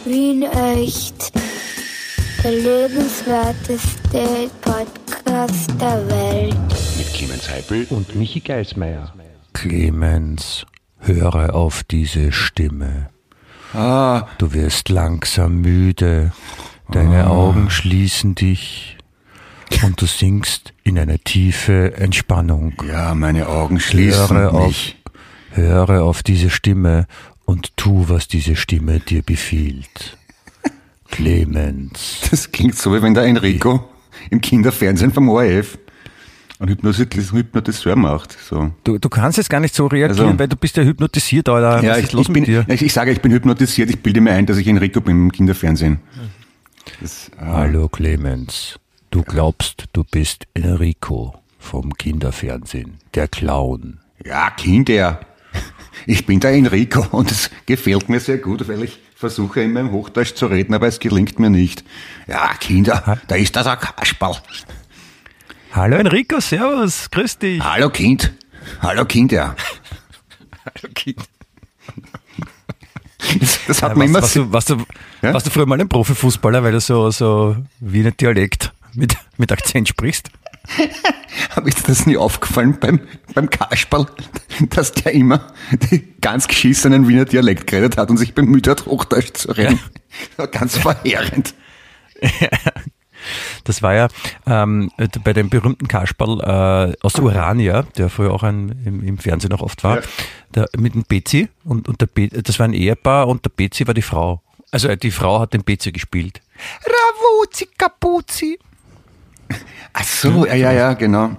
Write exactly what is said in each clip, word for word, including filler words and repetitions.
Wien echt. Der lebenswerteste Podcast der Welt. Mit Clemens Heipel und Michi Geismeier. Clemens, höre auf diese Stimme. Ah. Du wirst langsam müde, deine ah. Augen schließen dich und du sinkst in eine tiefe Entspannung. Ja, meine Augen schließen höre mich. Auf, höre auf diese Stimme und tu, was diese Stimme dir befiehlt. Clemens. Das klingt so, wie wenn der Enrico im Kinderfernsehen vom O R F einen Hypnotiseur macht. So. Du, du kannst jetzt gar nicht so reagieren, also, weil du bist ja hypnotisiert, Alter. Ja, Was ich, ist los ich, bin, mit dir? ich, ich sage, ich bin hypnotisiert, ich bilde mir ein, dass ich Enrico bin im Kinderfernsehen. Das, ah. Hallo Clemens, du glaubst, du bist Enrico vom Kinderfernsehen, der Clown. Ja, Kinder. Ich bin der Enrico und es gefällt mir sehr gut, weil ich versuche immer im Hochdeutsch zu reden, aber es gelingt mir nicht. Ja, Kinder, ha? Da ist das ein Kasperl. Hallo Enrico, servus, grüß dich. Hallo Kind, hallo Kinder. Hallo Kind. Das, das hat ja, man was, immer... Warst du, warst, du, ja? warst du früher mal ein Profifußballer, weil du so, so wie ein Dialekt mit, mit Akzent sprichst? Habe ich dir das nie aufgefallen beim, beim Kasperl, dass der immer die ganz geschissenen Wiener Dialekt geredet hat und sich bemüht hat, Hochdeutsch zu reden. Ja. Ganz verheerend. Ja. Das war ja ähm, bei dem berühmten Kasperl äh, aus Urania, der früher auch ein, im, im Fernsehen auch oft war, ja. der, mit dem Bezi und, und der Be- das war ein Ehepaar und der Bezi war die Frau. Also die Frau hat den Bezi gespielt. Ravuzi Kapuzi. Ach so, ja, ja, ja, genau.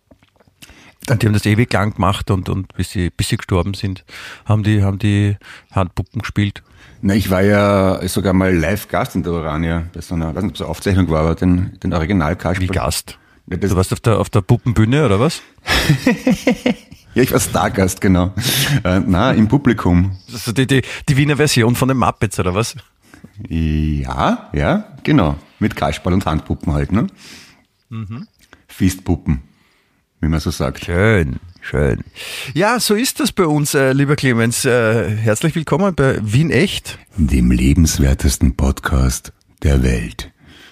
Und die haben das ewig lang gemacht und, und bis sie, bis sie gestorben sind, haben die, haben die Handpuppen gespielt. Na, ich war ja sogar mal Live-Gast in der Urania, bei so einer, ich weiß nicht, ob es eine Aufzeichnung war, aber den, den Original-Kasperl. Wie Gast? Ja, du warst auf der, auf der Puppenbühne, oder was? Ja, ich war Stargast, genau. Äh, na, im Publikum. Also die, die, die Wiener Version von den Muppets, oder was? Ja, ja, genau. Mit Kasperl und Handpuppen halt, ne? Mhm. Fistpuppen, wie man so sagt. Schön, schön. Ja, so ist das bei uns, äh, lieber Clemens. Äh, herzlich willkommen bei Wien echt. Dem lebenswertesten Podcast der Welt.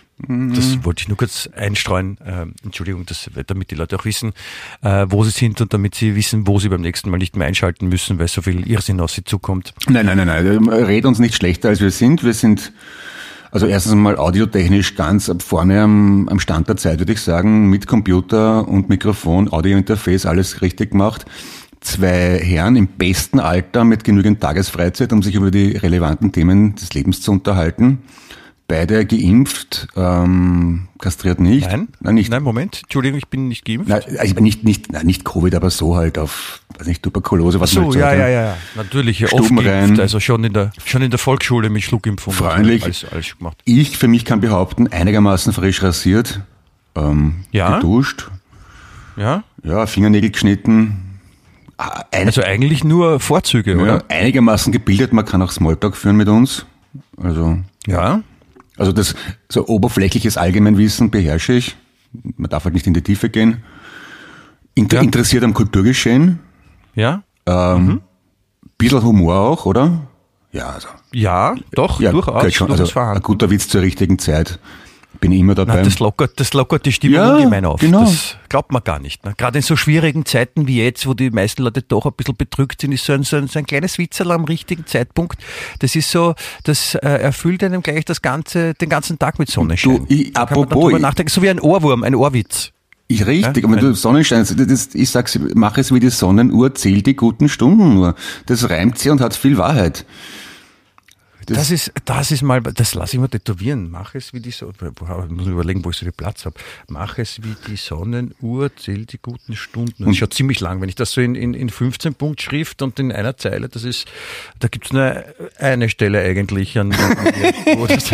Das wollte ich nur kurz einstreuen. Äh, Entschuldigung, das, damit die Leute auch wissen, äh, wo sie sind und damit sie wissen, wo sie beim nächsten Mal nicht mehr einschalten müssen, weil so viel Irrsinn auf sie zukommt. Nein, nein, nein, nein. Red uns nicht schlechter, als wir sind. Wir sind also erstens mal audiotechnisch ganz ab vorne am, am Stand der Zeit, würde ich sagen, mit Computer und Mikrofon, Audiointerface, alles richtig gemacht. Zwei Herren im besten Alter mit genügend Tagesfreizeit, um sich über die relevanten Themen des Lebens zu unterhalten. Beide geimpft, ähm, kastriert nicht. Nein, nein, nicht. Nein, Moment, Entschuldigung, ich bin nicht geimpft. Nein, also nicht, nicht, nein, nicht Covid, aber so halt auf, weiß nicht, Tuberkulose, was so, man halt so ja, hat. ja, ja, natürlich, oft Stubenrein. geimpft, also schon in der, schon in der Volksschule mit Schluckimpfung. Freundlich. Alles, alles gemacht. Ich für mich kann behaupten, einigermaßen frisch rasiert, ähm, ja? geduscht, ja, ja, Fingernägel geschnitten. Ein, also eigentlich nur Vorzüge, ja, oder? Einigermaßen gebildet, man kann auch Smalltalk führen mit uns. Also, ja. Also das so oberflächliches Allgemeinwissen beherrsche ich. Man darf halt nicht in die Tiefe gehen. Inter- ja. Interessiert am Kulturgeschehen. Ja. Ähm, mhm. Bisschen Humor auch, oder? Ja, also. Ja, doch, ja, durchaus. Schon. Also ein guter Witz zur richtigen Zeit. Bin ich immer dabei. Na, das lockert, das lockert die Stimmung ja, ungemein auf. Genau. Das glaubt man gar nicht. Ne? Gerade in so schwierigen Zeiten wie jetzt, wo die meisten Leute doch ein bisschen bedrückt sind, ist so ein, so ein, so ein kleines Witzerl am richtigen Zeitpunkt. Das ist so, das äh, erfüllt einem gleich das ganze, den ganzen Tag mit Sonnenschein. Du, ich, da apropos, kann man drüber nachdenken, so wie ein Ohrwurm, ein Ohrwitz. Ich, richtig, ja? aber du Sonnenschein, das, das, ich sag's, mach es wie die Sonnenuhr, zähl die guten Stunden nur. Das reimt sich und hat viel Wahrheit. Das, das ist, das ist mal, das lasse ich mal tätowieren. Mach es wie die Sonnenuhr. Ich muss überlegen, wo ich so viel Platz habe. Mach es wie die Sonnenuhr, zähl die guten Stunden. Das ist schon ziemlich lang. Wenn ich das so in, in, in fünfzehn Punkt Schrift und in einer Zeile, das ist, da gibt's nur eine Stelle eigentlich an, an wo das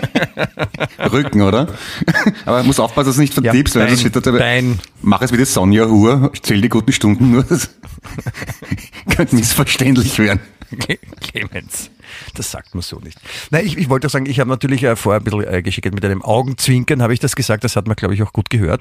Rücken, oder? Aber man muss aufpassen, dass du nicht vertippst, ja, weil das steht da dabei. Mach es wie die Sonja Uhr, zähl die guten Stunden nur. Das könnte missverständlich werden. Clemens, das sagt man so nicht. Nein, ich, ich wollte auch sagen, ich habe natürlich äh, vorher ein bisschen äh, geschickt mit einem Augenzwinkern, habe ich das gesagt, das hat man, glaube ich, auch gut gehört.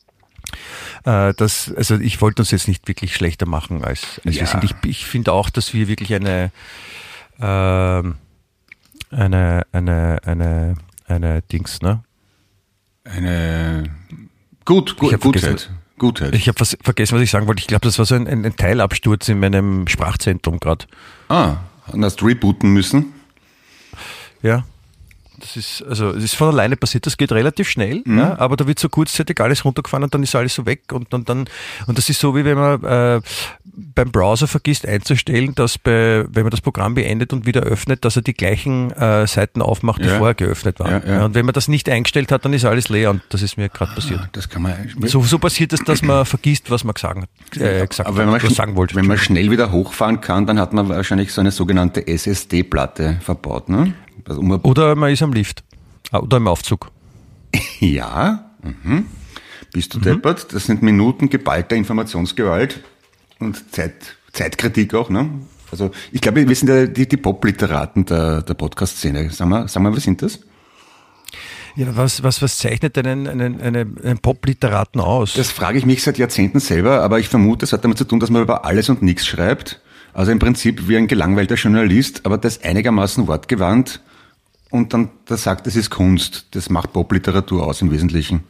Äh, das, also ich wollte uns jetzt nicht wirklich schlechter machen, als, als ja. wir sind. Ich, ich finde auch, dass wir wirklich eine, äh, Eine, eine, eine, eine Dings, ne? Eine Gut, gut Gutheit. Gutheit. Ich habe vergessen, was ich sagen wollte. Ich glaube, das war so ein, ein Teilabsturz in meinem Sprachzentrum gerade. Ah, und hast rebooten müssen? Ja. Das ist, also, es ist von alleine passiert, das geht relativ schnell, mhm. ja, aber da wird so kurzzeitig alles runtergefahren und dann ist alles so weg und dann, dann und das ist so, wie wenn man äh, beim Browser vergisst einzustellen, dass bei, wenn man das Programm beendet und wieder öffnet, dass er die gleichen äh, Seiten aufmacht, die ja. vorher geöffnet waren. Ja, ja. Ja, und wenn man das nicht eingestellt hat, dann ist alles leer und das ist mir gerade passiert. Das kann man. So, so passiert es, dass man vergisst, was man gesagt, äh, gesagt aber wenn man hat, was sagen wollte. Wenn man schnell wieder hochfahren kann, dann hat man wahrscheinlich so eine sogenannte S S D-Platte verbaut, ne? Also um Oder man ist am Lift. Oder im Aufzug. Ja. Mhm. Bist du mhm. deppert? Das sind Minuten geballter Informationsgewalt und Zeit, Zeitkritik auch, ne? Also ich glaube, wir sind ja die, die Pop-Literaten der, der Podcast-Szene. Sag mal, sag mal, was sind das? Ja, was, was, was zeichnet denn einen, einen, einen, einen Pop-Literaten aus? Das frage ich mich seit Jahrzehnten selber, aber ich vermute, es hat damit zu tun, dass man über alles und nichts schreibt. Also im Prinzip wie ein gelangweilter Journalist, aber das einigermaßen wortgewandt. Und dann da sagt, es ist Kunst. Das macht Popliteratur aus im Wesentlichen.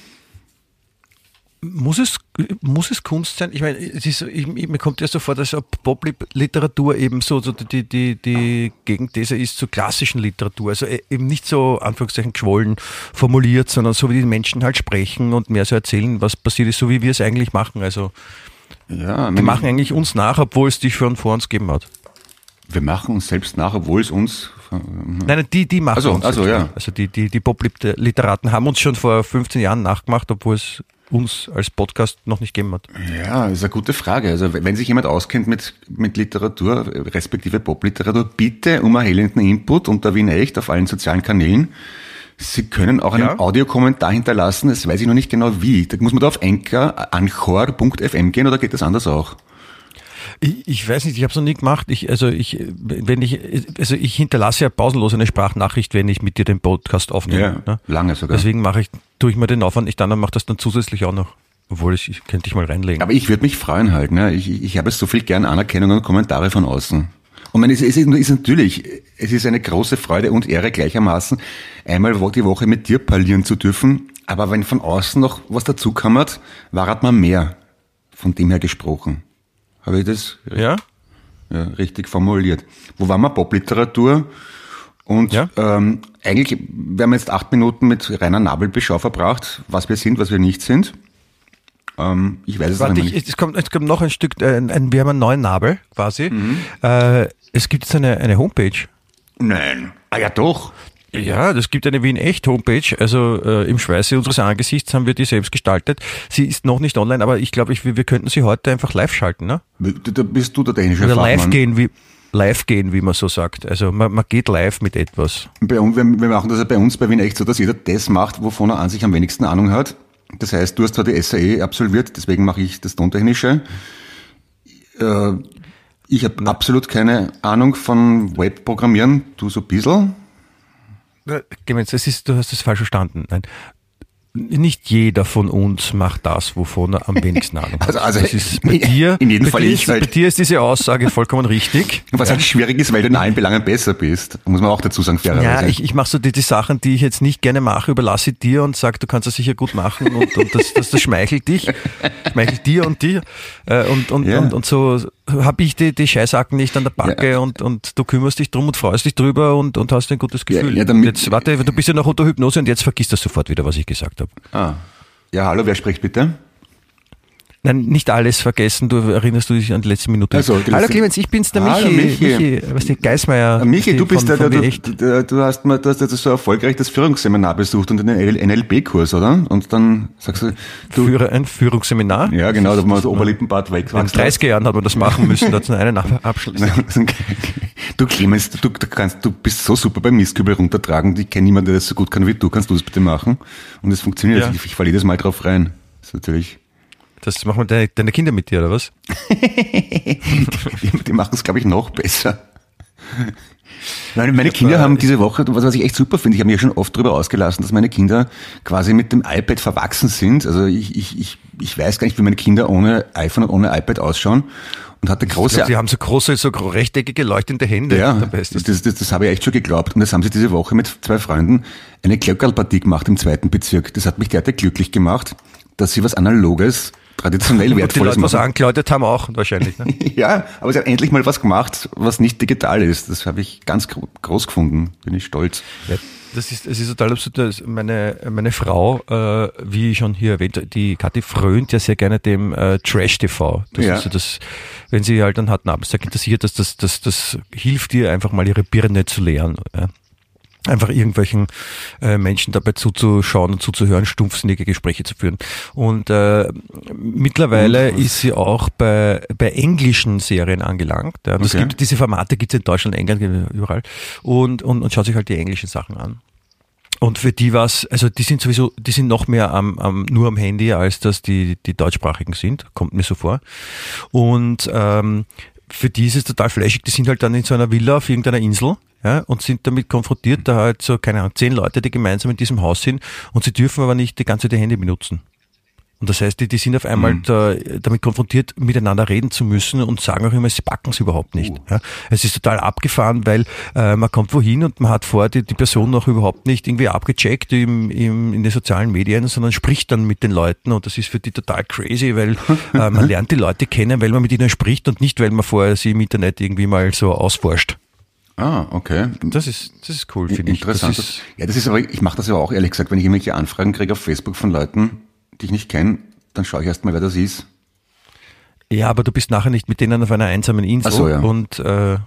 Muss es, muss es Kunst sein? Ich meine, es ist, ich, mir kommt ja so vor, dass Popliteratur eben so, so die, die, die Gegenthese ist zur klassischen Literatur. Also eben nicht so, Anführungszeichen, geschwollen formuliert, sondern so, wie die Menschen halt sprechen und mehr so erzählen, was passiert ist, so wie wir es eigentlich machen. Also ja, wir machen eigentlich uns nach, obwohl es die schon vor uns gegeben hat. Wir machen uns selbst nach, obwohl es uns... Nein, die, die machen also, uns. Also, ja. Also die, die, die Pop-Literaten haben uns schon vor fünfzehn Jahren nachgemacht, obwohl es uns als Podcast noch nicht gegeben hat. Ja, das ist eine gute Frage. Also wenn sich jemand auskennt mit, mit Literatur, respektive Pop-Literatur, bitte um erhellenden Input unter Wien Echt auf allen sozialen Kanälen. Sie können auch einen ja. Audiokommentar hinterlassen, das weiß ich noch nicht genau wie. Da muss man da auf Anchor, anchor punkt f m gehen oder geht das anders auch? Ich, ich weiß nicht, ich habe es noch nie gemacht. Ich, also ich, wenn ich, also ich hinterlasse ja pausenlos eine Sprachnachricht, wenn ich mit dir den Podcast aufnehme. Ja, ne? Lange sogar. Deswegen mache ich, tue ich mir den Aufwand nicht an und mache das dann zusätzlich auch noch. Obwohl ich, ich könnte ich mal reinlegen. Aber ich würde mich freuen halt, ne? Ich, ich habe so viel gern Anerkennung und Kommentare von außen. Und es ist, ist natürlich, es ist eine große Freude und Ehre gleichermaßen, einmal die Woche mit dir parlieren zu dürfen. Aber wenn von außen noch was dazukammert, war hat man mehr von dem her gesprochen. Habe ich das ja? Ja, richtig formuliert? Wo waren wir? Popliteratur. Und ja? ähm, eigentlich, wir haben jetzt acht Minuten mit reiner Nabelbeschau verbracht, was wir sind, was wir nicht sind. Ähm, ich weiß es Warte, nicht. Ich, es, kommt, es kommt noch ein Stück, äh, ein, wir haben einen neuen Nabel quasi. Mhm. Äh, es gibt jetzt eine, eine Homepage. Nein. Ah ja, doch. Ja, das gibt eine Wien Echt Homepage, also äh, im Schweiße unseres Angesichts haben wir die selbst gestaltet. Sie ist noch nicht online, aber ich glaube, ich, wir, wir könnten sie heute einfach live schalten, ne? Da bist du der technische Oder Fachmann. live gehen, wie live gehen, wie man so sagt. Also man, man geht live mit etwas. Bei uns, wir, wir machen das ja bei uns bei Wien Echt so, dass jeder das macht, wovon er an sich am wenigsten Ahnung hat. Das heißt, du hast zwar die S A E absolviert, deswegen mache ich das Tontechnische. Äh, ich habe absolut keine Ahnung von Webprogrammieren, du so ein bisschen. Clemens, das ist, du hast es falsch verstanden. Nein. Nicht jeder von uns macht das, wovon er am wenigsten Ahnung hat. Also, also das ist bei dir, in jedem bei Fall dir ich. Ist, bei dir ist diese Aussage vollkommen richtig. Was ja. halt schwierig ist, weil du in allen Belangen besser bist. Muss man auch dazu sagen, fairerweise. Ja, ich, ich mache so die, die Sachen, die ich jetzt nicht gerne mache, überlasse ich dir und sage, du kannst das sicher gut machen und, und das, das, das schmeichelt dich, schmeichelt dir und dir. Und, und, ja. und, und so habe ich die, die Scheißacken nicht an der Backe ja. und, und du kümmerst dich drum und freust dich drüber und, und hast ein gutes Gefühl. Ja, ja, damit, jetzt, warte, du bist ja noch unter Hypnose und jetzt vergisst das sofort wieder, was ich gesagt habe. Ah. Ja, hallo, wer spricht bitte? Nein, nicht alles vergessen, du erinnerst du dich an die letzte Minute. Also, hallo Clemens, ich bin's, der hallo, Michi. Michi. Michi, was die Geismeier. Michi, du bist von, der, von der, du, der, du hast mal, du hast so erfolgreich das Führungsseminar besucht und einen N L P-Kurs, oder? Und dann sagst du, du Führer, ein Führungsseminar? Ja, genau, da hat man das Oberlippenbart weg. In dreißig Jahren hat man das machen müssen, da hat es einen Abschluss. Du Clemens, du, du kannst, du bist so super beim Mistkübel runtertragen, ich kenne niemanden, der das so gut kann wie du, kannst du das bitte machen? Und es funktioniert, ja. ich, ich falle jedes Mal drauf rein. Das ist natürlich... Das machen deine, deine Kinder mit dir, oder was? die, die machen es, glaube ich, noch besser. Meine, meine Kinder haben diese Woche, was, was ich echt super finde, ich habe mich ja schon oft darüber ausgelassen, dass meine Kinder quasi mit dem iPad verwachsen sind. Also ich, ich, ich, ich weiß gar nicht, wie meine Kinder ohne iPhone und ohne iPad ausschauen. und hatte große... Ich glaub, die haben so große, so rechteckige, leuchtende Hände. Ja, das, das, das, das habe ich echt schon geglaubt. Und das haben sie diese Woche mit zwei Freunden eine Glöckerlpartie gemacht im zweiten Bezirk. Das hat mich derartig glücklich gemacht, dass sie was Analoges, traditionell Wertvolles machen. Die Leute, machen. was angeläutet haben, auch wahrscheinlich. Ne? Ja, aber sie haben endlich mal was gemacht, was nicht digital ist. Das habe ich ganz groß gefunden. Bin ich stolz. Ja, das ist, es ist total absurd. Meine, meine Frau, äh, wie schon hier erwähnt, die Kathi frönt ja sehr gerne dem äh, Trash-T V. Das ja. ist so das, wenn sie halt dann hat einen Arbeitstag interessiert, dass das, das, das hilft ihr einfach mal ihre Birne zu leeren. Ja. Einfach irgendwelchen äh, Menschen dabei zuzuschauen und zuzuhören, stumpfsinnige Gespräche zu führen. Und äh, mittlerweile und ist sie auch bei bei englischen Serien angelangt. Ja. Das okay. gibt, diese Formate gibt es in Deutschland, England, überall. Und, und, und schaut sich halt die englischen Sachen an. Und für die war's, also die sind sowieso, die sind noch mehr am, am nur am Handy, als dass die die deutschsprachigen sind, kommt mir so vor. Und ähm, für die ist es total flashig, die sind halt dann in so einer Villa auf irgendeiner Insel, ja, und sind damit konfrontiert, da halt so, keine Ahnung, zehn Leute, die gemeinsam in diesem Haus sind, und sie dürfen aber nicht die ganze Zeit ihr Handy benutzen. Und das heißt, die, die sind auf einmal mhm. da, damit konfrontiert, miteinander reden zu müssen und sagen auch immer, sie packen es überhaupt nicht. Uh. Ja, es ist total abgefahren, weil äh, man kommt wohin und man hat vorher die, die Person noch überhaupt nicht irgendwie abgecheckt im, im, in den sozialen Medien, sondern spricht dann mit den Leuten, und das ist für die total crazy, weil äh, man lernt die Leute kennen, weil man mit ihnen spricht und nicht, weil man vorher sie im Internet irgendwie mal so ausforscht. Ah, okay. Das ist, das ist cool, finde ich. Interessant. Das ist, ja, das ist aber, ich mache das ja auch, ehrlich gesagt, wenn ich irgendwelche Anfragen kriege auf Facebook von Leuten, die ich nicht kenne, dann schaue ich erst mal, wer das ist. Ja, aber du bist nachher nicht mit denen auf einer einsamen Insel. Ach so, ja. Und äh,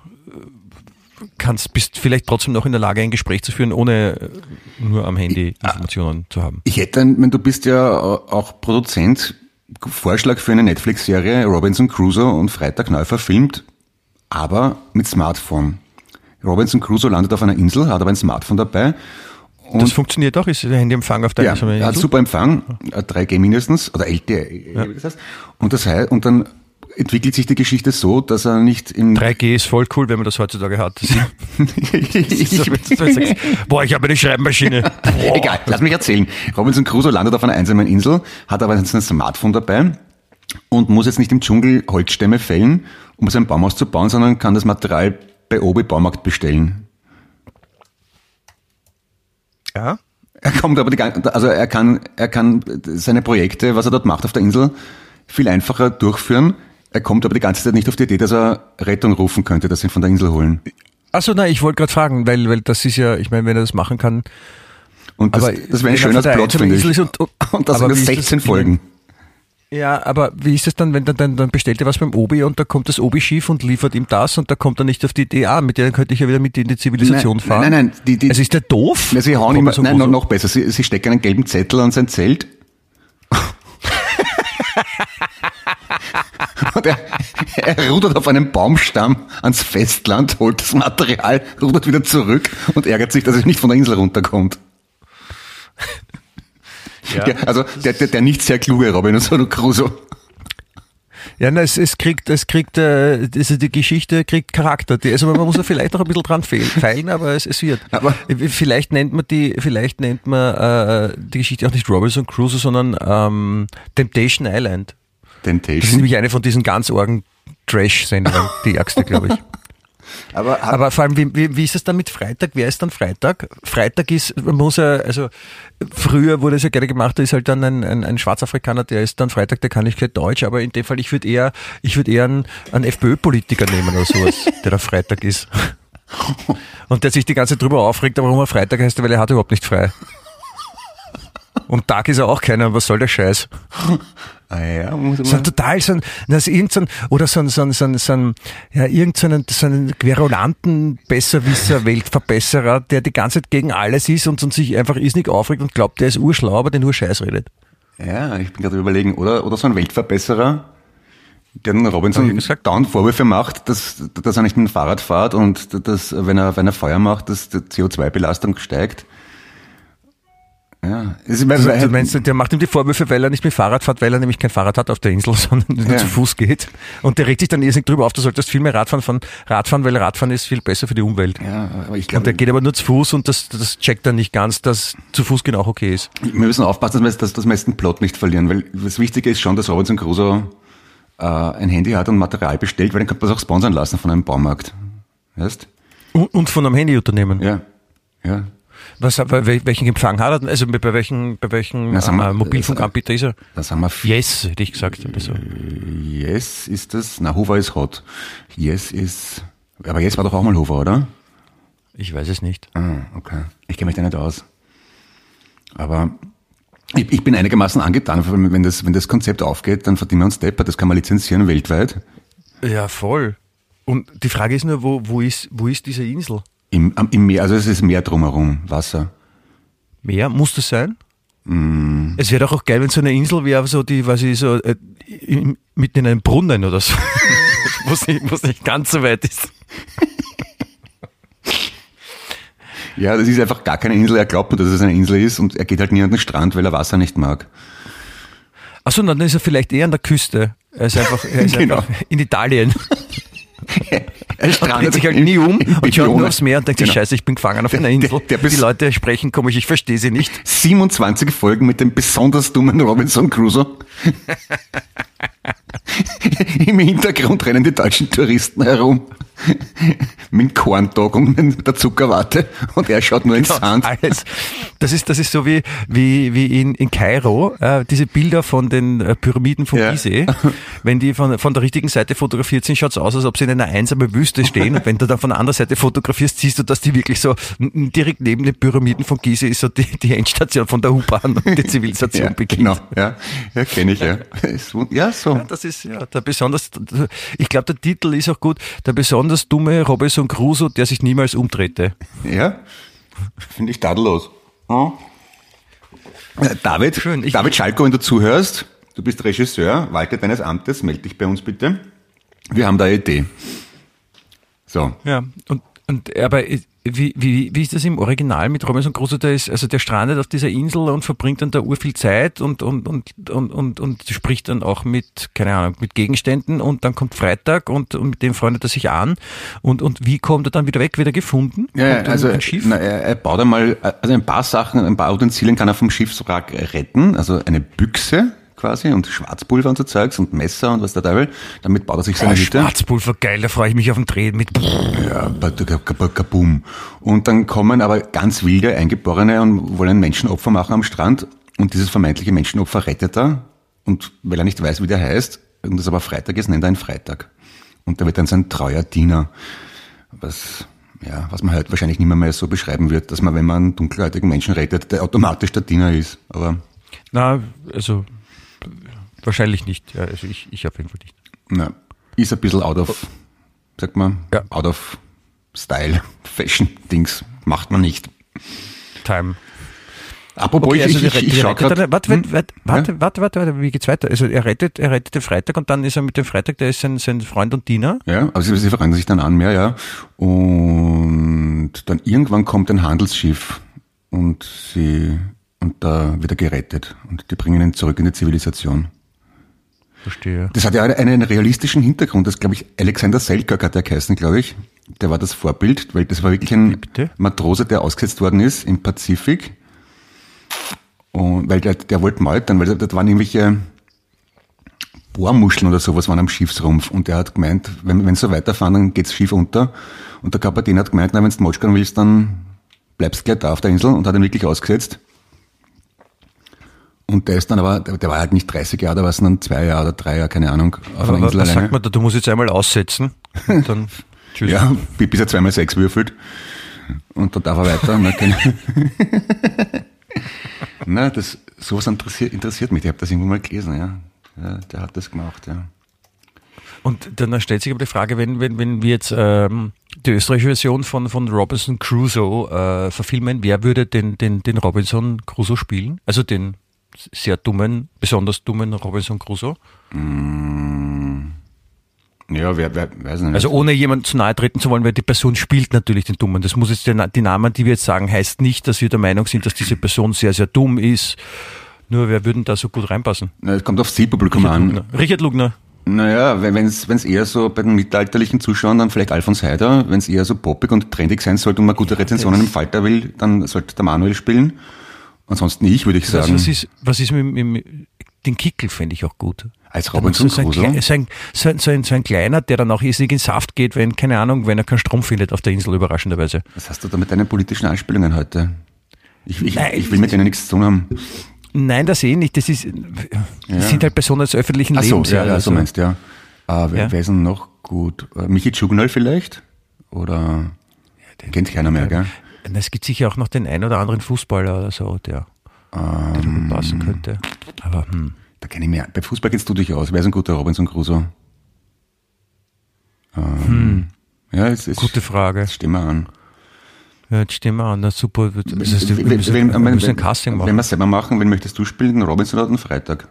kannst, bist vielleicht trotzdem noch in der Lage, ein Gespräch zu führen, ohne nur am Handy Informationen ich, zu haben. Ich hätte, wenn du bist ja auch Produzent, Vorschlag für eine Netflix-Serie, Robinson Crusoe und Freitag neu verfilmt, aber mit Smartphone. Robinson Crusoe landet auf einer Insel, hat aber ein Smartphone dabei. Und das funktioniert auch, ist der Handyempfang auf deiner Insel? Ja, hat super Empfang, drei G mindestens, oder L T E, ja. das heißt. Und das heißt, und dann entwickelt sich die Geschichte so, dass er nicht in... drei G ist voll cool, wenn man das heutzutage hat. Das ich, so, boah, ich habe eine Schreibmaschine. Boah. Egal, lass mich erzählen. Robinson Crusoe landet auf einer einsamen Insel, hat aber ein Smartphone dabei und muss jetzt nicht im Dschungel Holzstämme fällen, um sein Baumhaus zu bauen, sondern kann das Material bei Obi Baumarkt bestellen. Ja. Er kommt aber die, also er kann, er kann seine Projekte, was er dort macht auf der Insel, viel einfacher durchführen. Er kommt aber die ganze Zeit nicht auf die Idee, dass er Rettung rufen könnte, dass sie ihn von der Insel holen. Achso, nein, ich wollte gerade fragen, weil, weil das ist ja, ich meine, wenn er das machen kann. Und das, aber das wäre ein schöner Plot, finde ich. Und, und, und das sind sechzehn Folgen. Ja, aber wie ist es dann, wenn dann, dann, dann bestellt er was beim Obi und da kommt das Obi schief und liefert ihm das und da kommt er nicht auf die Idee, ah, mit denen könnte ich ja wieder mit in die Zivilisation nein, fahren. Nein, nein, nein. Die, die, also ist der doof? Na, sie hauen immer, nein, noch, noch besser. Sie, sie stecken einen gelben Zettel an sein Zelt. Und er, er rudert auf einem Baumstamm ans Festland, holt das Material, rudert wieder zurück und ärgert sich, dass er nicht von der Insel runterkommt. Ja. Ja, also der, der, der nicht sehr kluge Robinson Crusoe. Ja, na, es, es kriegt, es kriegt, äh, also die Geschichte kriegt Charakter. Die, also man muss ja vielleicht auch ein bisschen dran feilen, aber es, es wird. Aber vielleicht nennt man die, vielleicht nennt man äh, die Geschichte auch nicht Robinson Crusoe, sondern ähm, Temptation Island. Temptation. Das ist nämlich eine von diesen ganz argen Trash-Sendungen, die ärgste, glaube ich. Aber, aber vor allem, wie, wie, wie ist es dann mit Freitag? Wer ist dann Freitag? Freitag ist, man muss ja, also früher wurde es ja gerne gemacht, da ist halt dann ein, ein, ein Schwarzafrikaner, der ist dann Freitag, der kann nicht gleich Deutsch, aber in dem Fall, ich würde eher, ich würde eher einen, einen FPÖ-Politiker nehmen oder sowas, der da Freitag ist. Und der sich die ganze Zeit drüber aufregt, warum er Freitag heißt, weil er hat überhaupt nicht frei. Und Tag ist er auch keiner, was soll der Scheiß? Ah ja, muss so ein total so ein, also irgend so ein, oder so ein, so ein, so ein, so ein ja, irgend so einen, so einen querulanten Besserwisser, Weltverbesserer, der die ganze Zeit gegen alles ist und, und sich einfach irrsinnig aufregt und glaubt, der ist urschlau, aber der nur Scheiß redet. Ja, ich bin gerade überlegen, oder, oder so ein Weltverbesserer, der den Robinson dauernd Vorwürfe macht, dass, dass er nicht mit dem Fahrrad fährt und dass, wenn er, wenn er Feuer macht, dass die C O zwei Belastung steigt. Ja. Also, du meinst, der macht ihm die Vorwürfe, weil er nicht mit Fahrrad fährt, weil er nämlich kein Fahrrad hat auf der Insel, sondern nur ja. zu Fuß geht. Und der regt sich dann irrsinnig drüber auf, du solltest viel mehr Radfahren von Radfahren, weil Radfahren ist viel besser für die Umwelt. Ja, aber ich glaube, und der geht aber nur zu Fuß und das, das checkt dann nicht ganz, dass zu Fuß gehen auch okay ist. Wir müssen aufpassen, dass wir das meisten Plot nicht verlieren, weil das Wichtige ist schon, dass Robinson Crusoe äh, ein Handy hat und Material bestellt, weil dann kann man es auch sponsern lassen von einem Baumarkt. Weißt? Und, und von einem Handyunternehmen? Ja, ja. Was, welchen Empfang hat er denn? Also bei welchen, bei welchen Na, wir, äh, Mobilfunkanbieter ist er? Das haben wir Yes, hätte ich gesagt. Oder so. Yes ist das, na, Hofer ist hot. Yes ist, aber Yes war doch auch mal Hofer, oder? Ich weiß es nicht. Ah, okay. Ich kenne mich da nicht aus. Aber ich, ich bin einigermaßen angetan, wenn das, wenn das Konzept aufgeht, dann verdienen wir uns Depper, das kann man lizenzieren weltweit. Ja, voll. Und die Frage ist nur, wo, wo ist, wo ist diese Insel? Im, Im Meer, also es ist Meer drumherum, Wasser. Meer, muss das sein? Mm. Es wäre doch auch geil, wenn so eine Insel wäre, so die, was ich so, äh, mitten in einem Brunnen oder so. Muss nicht, muss nicht ganz so weit ist. Ja, das ist einfach gar keine Insel. Er glaubt nur, dass es eine Insel ist und er geht halt nie an den Strand, weil er Wasser nicht mag. Achso, dann ist er vielleicht eher an der Küste. Er ist einfach, er ist genau. einfach in Italien. Er dreht sich halt nie um und schaut nur aufs Meer und denkt sich, genau. Scheiße, ich bin gefangen auf einer Insel. Der, der, der die Leute sprechen komisch, ich verstehe sie nicht. siebenundzwanzig Folgen mit dem besonders dummen Robinson Crusoe. Im Hintergrund rennen die deutschen Touristen herum. Mit dem Corndog und mit der Zuckerwatte. Und er schaut nur ins genau, Sand. Alles. Das ist, das ist so wie, wie, wie in, in Kairo, äh, diese Bilder von den äh, Pyramiden von ja. Gizeh. Wenn die von, von der richtigen Seite fotografiert sind, schaut es aus, als ob sie in einer einsamen Wüste stehen. Und wenn du dann von der anderen Seite fotografierst, siehst du, dass die wirklich so direkt neben den Pyramiden von Gizeh ist so die, die Endstation von der U-Bahn und die Zivilisation ja, beginnt. Genau, ja, ja kenne ich, ja. Ja, so. Ja, das ist ja der besonders, ich glaube, der Titel ist auch gut, der besonders dumme Robinson Crusoe, der sich niemals umdrehte. Ja, finde ich tadellos. Hm? David, Schön, ich, David Schalko, wenn du zuhörst, du bist Regisseur, walte deines Amtes, melde dich bei uns bitte. Wir haben da eine Idee. So. Ja, und, und aber wie, wie, wie ist das im Original mit Robinson Crusoe? Der ist, also der strandet auf dieser Insel und verbringt dann da urviel Zeit und, und, und, und, und, und spricht dann auch mit, keine Ahnung, mit Gegenständen und dann kommt Freitag und, und mit dem freundet er sich an und, und wie kommt er dann wieder weg? Wird er gefunden? Ja, kommt also ein Schiff? Na, er, er baut einmal, also ein paar Sachen, ein paar Utensilien kann er vom Schiffswrack retten, also eine Büchse quasi und Schwarzpulver und so Zeugs und Messer und was der Teufel. Damit baut er sich seine oh, Hütte. Schwarzpulver, geil, da freue ich mich auf den Dreh mit. Ja, kaboom. Und dann kommen aber ganz wilde Eingeborene und wollen ein Menschenopfer machen am Strand und dieses vermeintliche Menschenopfer rettet er und weil er nicht weiß, wie der heißt und das aber Freitag ist, nennt er ihn Freitag. Und da wird dann sein treuer Diener, was, ja, was man halt wahrscheinlich nicht mehr, mehr so beschreiben wird, dass man, wenn man einen dunkelhäutigen Menschen rettet, der automatisch der Diener ist. Aber na, also wahrscheinlich nicht. Ja, also ich, ich auf jeden Fall nicht. Na, ist ein bisschen out of, sagt man, ja. out of Style, Fashion-Dings. Macht man nicht. Time. Apropos, okay, ich, also ich, ich, ich schau gerade... Warte, hm? warte, warte, ja? warte, warte, warte, wie geht's weiter? Also er rettet, er rettet den Freitag und dann ist er mit dem Freitag, der ist sein, sein Freund und Diener. Ja, aber sie, sie verrangen sich dann an mehr, ja. Und dann irgendwann kommt ein Handelsschiff und sie, und da wird er gerettet und die bringen ihn zurück in die Zivilisation. Verstehe. Das hat ja einen realistischen Hintergrund. Das, glaube ich, Alexander Selkirk hat der geheißen, glaube ich. Der war das Vorbild, weil das war wirklich ein Bitte? Matrose, der ausgesetzt worden ist im Pazifik. Und weil der, der wollte meutern, weil das waren irgendwelche Bohrmuscheln oder sowas waren am Schiffsrumpf. Und der hat gemeint, wenn wenn so weiterfahren, dann geht's Schiff unter. Und der Kapitän hat gemeint, na, wenn du Motschkern willst, dann bleibst gleich da auf der Insel und hat ihn wirklich ausgesetzt. Und der ist dann aber, der war halt nicht dreißig Jahre, da war es dann zwei Jahre oder drei Jahre, keine Ahnung, auf einer Insel was alleine. Sagt man da, du musst jetzt einmal aussetzen und dann tschüss. Ja, bis er zweimal sechs würfelt und dann darf er weiter. Na, Na, das, sowas interessiert, interessiert mich, ich habe das irgendwo mal gelesen, ja. Ja, der hat das gemacht, ja. Und dann stellt sich aber die Frage, wenn, wenn, wenn wir jetzt ähm, die österreichische Version von, von Robinson Crusoe äh, verfilmen, wer würde den, den, den Robinson Crusoe spielen? Also den sehr dummen, besonders dummen Robinson Crusoe? Mm, ja, wer, wer weiß nicht. Also ohne jemand zu nahe treten zu wollen, weil die Person spielt natürlich den Dummen. Das muss jetzt, die Namen, die wir jetzt sagen, heißt nicht, dass wir der Meinung sind, dass diese Person sehr, sehr dumm ist. Nur wer würden da so gut reinpassen? Na, es kommt aufs Zielpublikum an. Lugner. Richard Lugner. Naja, wenn es wenn's eher so bei den mittelalterlichen Zuschauern, dann vielleicht Alfons Heider. Wenn es eher so poppig und trendig sein sollte und man gute Rezensionen im Falter will, dann sollte der Manuel spielen. Ansonsten ich, würde ich sagen. Was, was ist, was ist mit, mit den Kickel fände ich auch gut. Als Robinson so, Crusoe? So ein, so, ein, so, ein, so ein kleiner, der dann auch irrsinnig in Saft geht, wenn, keine Ahnung, wenn er keinen Strom findet auf der Insel, überraschenderweise. Was hast du da mit deinen politischen Anspielungen heute? Ich, ich, Nein, ich will mit denen nichts zu tun haben. Nein, das eh nicht. Das ist, das Ja. sind halt Personen des öffentlichen Ach so, Lebens. ja, ja, also. so meinst du, ja. Äh, wer, Ja. wer ist denn noch gut? Äh, Michi Tschugnal vielleicht? Oder den kennt keiner mehr, gell? Es gibt sicher auch noch den einen oder anderen Fußballer oder so, der, Ähm, der da gut passen könnte. Aber hm. Da kenne ich mehr. Bei Fußball kennst du dich aus. Wer ist ein guter Robinson Crusoe? Ähm, Hm. Ja, es ist. Gute Frage. Jetzt stehen wir an. Ja, jetzt stehen wir an. Na, super. Das heißt, wir Wenn- müssen, wenn- wir wenn- müssen ein wenn- Casting Wenn machen. wir es selber machen, wen möchtest du spielen? Den Robinson oder den Freitag?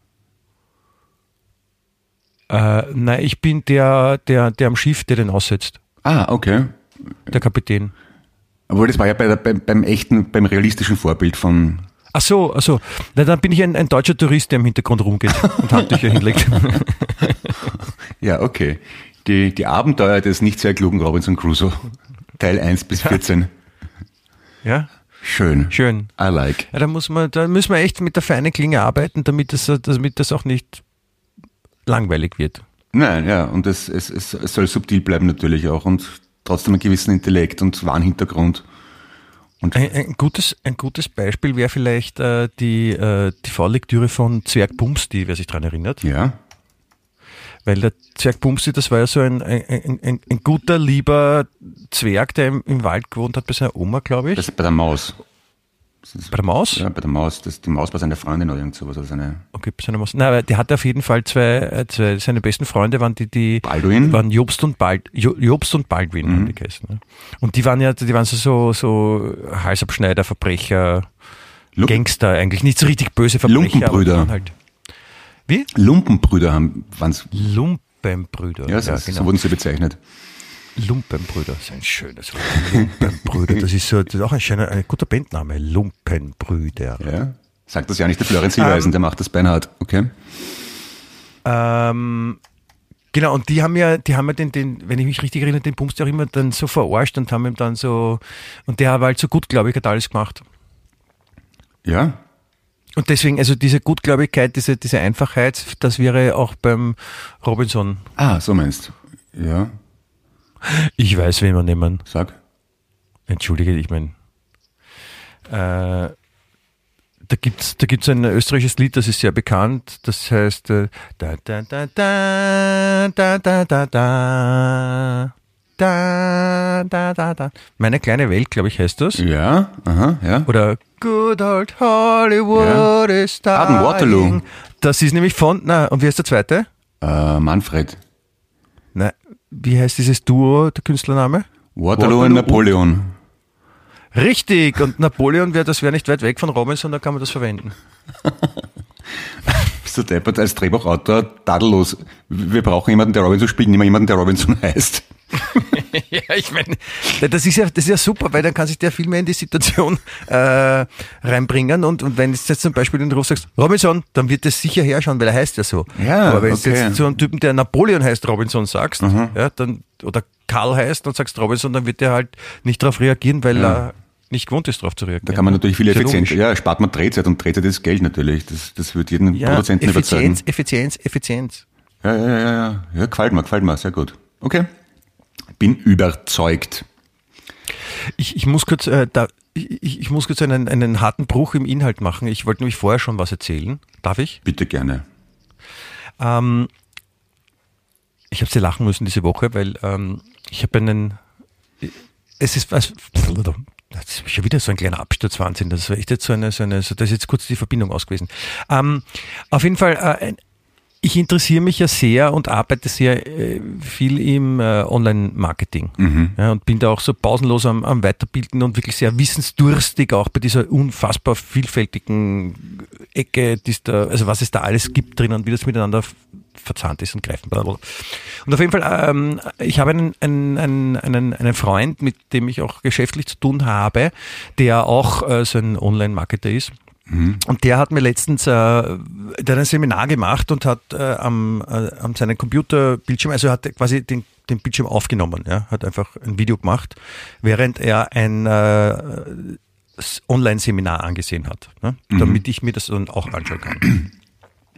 Äh, nein, ich bin der, der, der am Schiff, der den aussetzt. Ah, okay. Der Kapitän. Obwohl, das war ja bei der, beim, beim echten, beim realistischen Vorbild von. Ach so, ach so. Na, dann bin ich ein, ein deutscher Tourist, der im Hintergrund rumgeht und Handtücher hinlegt. Ja, okay. Die, die Abenteuer des nicht sehr klugen Robinson Crusoe. Teil eins bis vierzehn. Ja, Schön. schön. I like. Ja, da muss man, da müssen wir echt mit der feinen Klinge arbeiten, damit das, damit das auch nicht langweilig wird. Nein, ja, und es, es, es, es soll subtil bleiben natürlich auch und trotzdem einen gewissen Intellekt und wahren Hintergrund. Und Ein, ein, gutes, ein gutes Beispiel wäre vielleicht äh, die, äh, die Vorlektüre von Zwerg Bumsti, wer sich daran erinnert. ja, Weil der Zwerg Bumsti, das war ja so ein, ein, ein, ein, ein guter, lieber Zwerg, der im, im Wald gewohnt hat bei seiner Oma, glaube ich. das ist bei der Maus. Das ist, Bei der Maus? ja, bei der Maus. Das, die Maus war seine Freundin oder irgend sowas. Oder seine Okay, bei seiner Maus. Nein, aber der hatte auf jeden Fall zwei, äh, zwei seine besten Freunde waren die, die Balduin? waren Jobst und Bald, Jo- Jobst und Baldwin Mhm. haben die geheißen. Ne? Und die waren ja, die waren so, so, so Halsabschneider, Verbrecher, Lu- Gangster eigentlich, nicht so richtig böse Verbrecher. Lumpenbrüder. Aber die waren halt, wie? Lumpenbrüder haben, waren's. Lumpenbrüder. Ja, so, so wurden sie bezeichnet. Lumpenbrüder, das ist ein schönes Wort. Lumpenbrüder, das ist so, das ist auch ein schöner, ein guter Bandname. Lumpenbrüder. Ja. Sagt das ja nicht der Florenz Silbereisen, Ähm, der macht das beinhart. Okay. Ähm, genau, und die haben ja, die haben ja den, den, wenn ich mich richtig erinnere, den Bumsti auch immer dann so verarscht und haben ihm dann so, und der war halt so gut, glaube ich, hat alles gemacht. Ja. Und deswegen, also diese Gutgläubigkeit, diese, diese Einfachheit, das wäre auch beim Robinson. Ah, so meinst du. Ja. Ich weiß, wen wir nehmen. Sag. Entschuldige, ich meine, äh, da gibt's, da gibt's ein österreichisches Lied, das ist sehr bekannt, das heißt, äh, da, da, da, da, da, da, da, da, da, da, da, da. Meine kleine Welt, glaube ich, heißt das. Ja, aha, ja. Oder Good Old Hollywood Ja. is dying. Ah, den Waterloo. Das ist nämlich von, na, und wie heißt der zweite? Äh, Manfred. Na, wie heißt dieses Duo, der Künstlername? Waterloo, Waterloo und Napoleon. Richtig, und Napoleon wäre, das wäre nicht weit weg von Robinson, da kann man das verwenden. Bist du deppert als Drehbuchautor? Tadellos. Wir brauchen jemanden, der Robinson spielt, nicht mehr jemanden, der Robinson heißt. Ja, ich meine, das ist ja, das ist ja super, weil dann kann sich der viel mehr in die Situation äh, reinbringen und, und wenn du jetzt zum Beispiel in den Ruf sagst, Robinson, dann wird das sicher herschauen, weil er heißt ja so. Ja, aber wenn okay. du jetzt zu einem Typen, der Napoleon heißt, Robinson sagst, ja, dann, oder Karl heißt und sagst Robinson, dann wird der halt nicht darauf reagieren, weil Ja. er nicht gewohnt ist, darauf zu reagieren. Da kann man natürlich viel Ist ja effizienter. logisch. Ja, spart man Drehzeit und Drehzeit ist Geld natürlich. Das, das wird jeden Ja, Produzenten überzeugen. Effizienz, Effizienz, Effizienz. Ja, ja, ja, ja. Ja, gefällt mir, gefällt mir. Sehr gut. Okay. Bin überzeugt. Ich, ich muss kurz, äh, da, ich, ich muss kurz einen, einen harten Bruch im Inhalt machen. Ich wollte nämlich vorher schon was erzählen. Darf ich? Bitte gerne. Ähm, ich habe sehr lachen müssen diese Woche, weil ähm, ich habe einen, es ist was, das ist schon wieder so ein kleiner Absturzwahnsinn. Das war echt jetzt so eine, so eine, so, da ist jetzt kurz die Verbindung aus gewesen. Ähm, auf jeden Fall, äh, ein, ich interessiere mich ja sehr und arbeite sehr äh, viel im äh, Online-Marketing. Mhm. Ja, und bin da auch so pausenlos am, am Weiterbilden und wirklich sehr wissensdurstig, auch bei dieser unfassbar vielfältigen Ecke, die's da, also was es da alles gibt drin und wie das miteinander verzahnt ist und greifen. Und auf jeden Fall, ähm, ich habe einen, einen, einen, einen, einen Freund, mit dem ich auch geschäftlich zu tun habe, der auch äh, so ein Online-Marketer ist. Und der hat mir letztens äh, der hat ein Seminar gemacht und hat äh, am, äh, am seinen Computerbildschirm, also er hat quasi den, den Bildschirm aufgenommen, ja, hat einfach ein Video gemacht, während er ein äh, Online-Seminar angesehen hat, ne, mhm. damit ich mir das dann auch anschauen kann.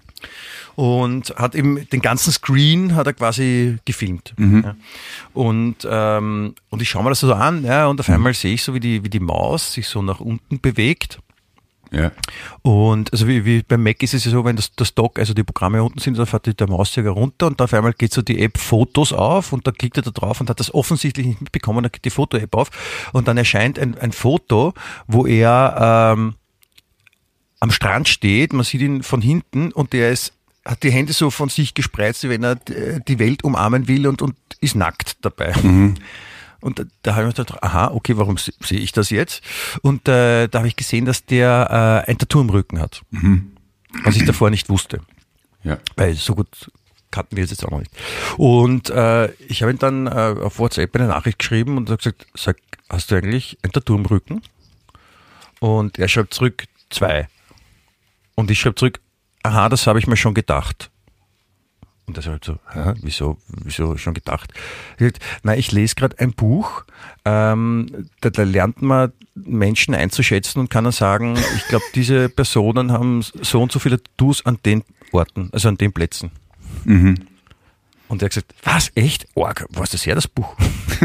und hat eben den ganzen Screen hat er quasi gefilmt. Mhm. Ja. Und, ähm, und ich schaue mir das so an, ja, und auf einmal sehe ich so, wie die, wie die Maus sich so nach unten bewegt. Ja. Und also wie, wie beim Mac ist es ja so, wenn das, das Dock, also die Programme unten sind, dann fährt der Mauszeiger runter und auf einmal geht so die App Fotos auf und da klickt er da drauf und hat das offensichtlich nicht mitbekommen, dann geht die Foto-App auf und dann erscheint ein, ein Foto, wo er ähm, am Strand steht, man sieht ihn von hinten und der ist, hat die Hände so von sich gespreizt, wie wenn er die Welt umarmen will und, und ist nackt dabei. Mhm. Und da, da habe ich mir gedacht, aha, okay, warum sehe ich das jetzt? Und äh, da habe ich gesehen, dass der äh, ein Tattoo im Rücken hat, mhm. was ich davor nicht wusste. Ja. Weil so gut kannten wir es jetzt auch noch nicht. Und äh, ich habe ihm dann äh, auf WhatsApp eine Nachricht geschrieben und habe gesagt, sag, hast du eigentlich ein Tattoo im Rücken? Und er schreibt zurück, zwei. Und ich schreibe zurück, aha, das habe ich mir schon gedacht. Und das halt so, hä, wieso, wieso schon gedacht? Na, ich lese gerade ein Buch, ähm, da, da lernt man Menschen einzuschätzen und kann dann sagen, ich glaube, diese Personen haben so und so viele Tattoos an den Orten, also an den Plätzen. Mhm. Und er hat gesagt, was, echt? Org, wo ist das her, das Buch?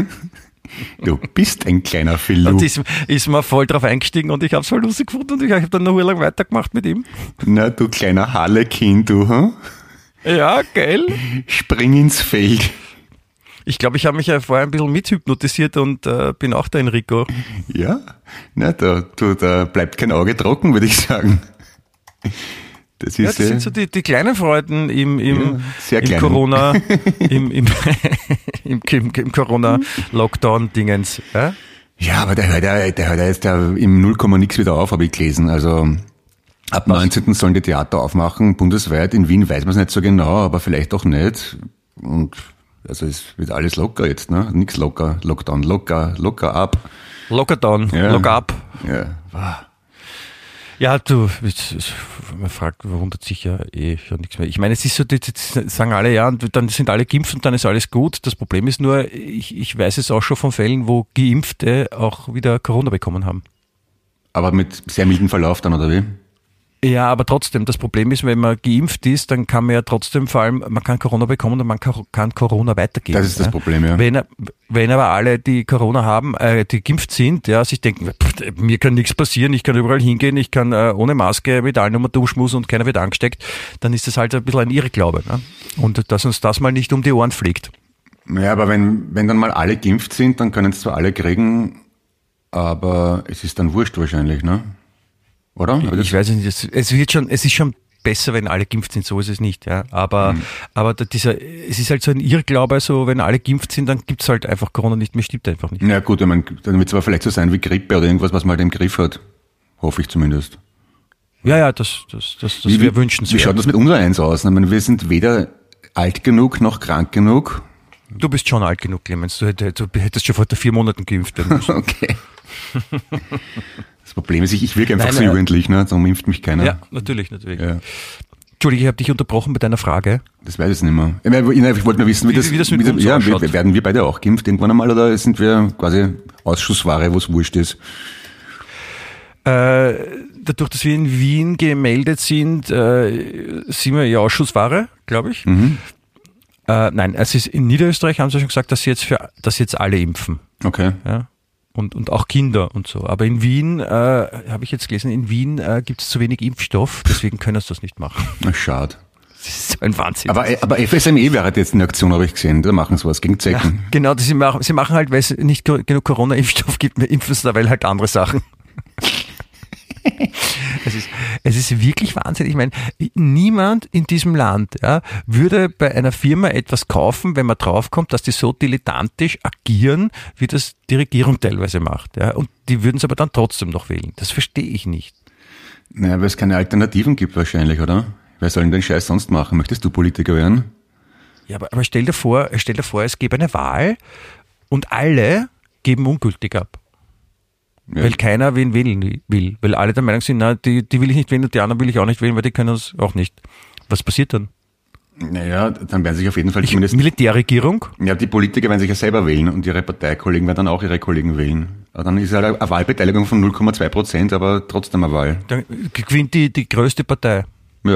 Du bist ein kleiner Filou. Und ist, ist mir voll drauf eingestiegen und ich habe es voll lustig gefunden und ich habe dann noch lang weitergemacht mit ihm. Na, du kleiner Harlekin, du, hm? Ja, geil. Spring ins Feld. Ich glaube, ich habe mich ja vorher ein bisschen mithypnotisiert und äh, bin auch der Enrico. Ja, na, da, du, da bleibt kein Auge trocken, würde ich sagen. Das, ist, ja, das sind so die, die kleinen Freuden im, im, ja, im Corona, im, im, im, im, im Corona-Lockdown-Dingens. Ja? Ja, aber der hört ja, der hört ja jetzt ja im null Komma nix wieder auf, habe ich gelesen. Also ab neunzehnten sollen die Theater aufmachen, bundesweit. In Wien weiß man es nicht so genau, aber vielleicht auch nicht. Und also es wird alles locker jetzt, ne? Nix locker, Lockdown, locker, locker ab. Locker down, ja. locker ab. Ja, wow. Ja, du, man fragt, wundert sich ja eh schon nichts mehr. Ich meine, es ist so, die, die sagen alle, ja, und dann sind alle geimpft und dann ist alles gut. Das Problem ist nur, ich, ich weiß es auch schon von Fällen, wo Geimpfte auch wieder Corona bekommen haben. Aber mit sehr milden Verlauf dann, oder wie? Ja, aber trotzdem, das Problem ist, wenn man geimpft ist, dann kann man ja trotzdem, vor allem, man kann Corona bekommen und man kann, kann Corona weitergeben. Das ist das ja. Problem, ja. Wenn, wenn aber alle, die Corona haben, äh, die geimpft sind, ja, sich denken, pff, mir kann nichts passieren, ich kann überall hingehen, ich kann äh, ohne Maske mit allen um Duschmus und keiner wird angesteckt, dann ist das halt ein bisschen ein Irrglaube. Ne? Und dass uns das mal nicht um die Ohren fliegt. Ja, aber wenn, wenn dann mal alle geimpft sind, dann können es zwar alle kriegen, aber es ist dann wurscht wahrscheinlich, ne? Oder? Ich, ich weiß nicht, es, es wird schon, es ist schon besser, wenn alle geimpft sind, so ist es nicht, ja. Aber, mhm. aber dieser, es ist halt so ein Irrglaube, so, wenn alle geimpft sind, dann gibt's halt einfach Corona nicht mehr, stimmt einfach nicht. Ja gut, ich meine, dann wird es aber vielleicht so sein wie Grippe oder irgendwas, was man halt im Griff hat. Hoffe ich zumindest. Ja, ja, das, das, das, das wäre wünschenswert. Wie schaut das mit unser Eins aus? Ich meine, wir sind weder alt genug noch krank genug. Du bist schon alt genug, Clemens. Du hättest, du hättest schon vor vier Monaten geimpft werden müssen. Okay. Das Problem ist, ich, ich wirke einfach Nein, so nein. jugendlich, ne? Darum impft mich keiner. Ja, natürlich, natürlich. Ja. Entschuldige, ich habe dich unterbrochen bei deiner Frage. Das weiß ich nicht mehr. Ich, meine, ich wollte nur wissen, wie, Wie- das, wie das mit wie uns ja, ausschaut. wir- werden wir beide auch geimpft irgendwann einmal oder sind wir quasi Ausschussware, wo es wurscht ist? Äh, dadurch, dass wir in Wien gemeldet sind, äh, sind wir ja Ausschussware, glaube ich. Mhm. Äh, nein, es ist in Niederösterreich haben sie schon gesagt, dass sie jetzt für, dass sie jetzt alle impfen. Okay. Ja. Und, und auch Kinder und so. Aber in Wien, äh, habe ich jetzt gelesen, in Wien äh, gibt es zu wenig Impfstoff, deswegen können sie das nicht machen. Na, schade. Das ist so ein Wahnsinn. Aber, aber F S M E wäre jetzt eine Aktion, habe ich gesehen. Da machen sie was gegen ja, Zecken. genau, das sie, machen, sie machen halt, weil es nicht genug Corona-Impfstoff gibt, mehr impfen sie dabei halt andere Sachen. Es ist, es ist wirklich Wahnsinn. Ich meine, niemand in diesem Land ja, würde bei einer Firma etwas kaufen, wenn man draufkommt, dass die so dilettantisch agieren, wie das die Regierung teilweise macht. Ja. Und die würden es aber dann trotzdem noch wählen. Das verstehe ich nicht. Naja, weil es keine Alternativen gibt wahrscheinlich, oder? Wer soll denn den Scheiß sonst machen? Möchtest du Politiker werden? Ja, aber, aber stell dir vor, stell dir vor, es gäbe eine Wahl und alle geben ungültig ab. Ja. Weil keiner wen wählen will. Weil alle der Meinung sind, na, die, die will ich nicht wählen und die anderen will ich auch nicht wählen, weil die können es auch nicht. Was passiert dann? Naja, dann werden sich auf jeden Fall Ich, zumindest... Militärregierung? Ja, die Politiker werden sich ja selber wählen und ihre Parteikollegen werden dann auch ihre Kollegen wählen. Aber dann ist halt eine Wahlbeteiligung von null Komma zwei Prozent, aber trotzdem eine Wahl. Dann gewinnt die, die größte Partei. Ja,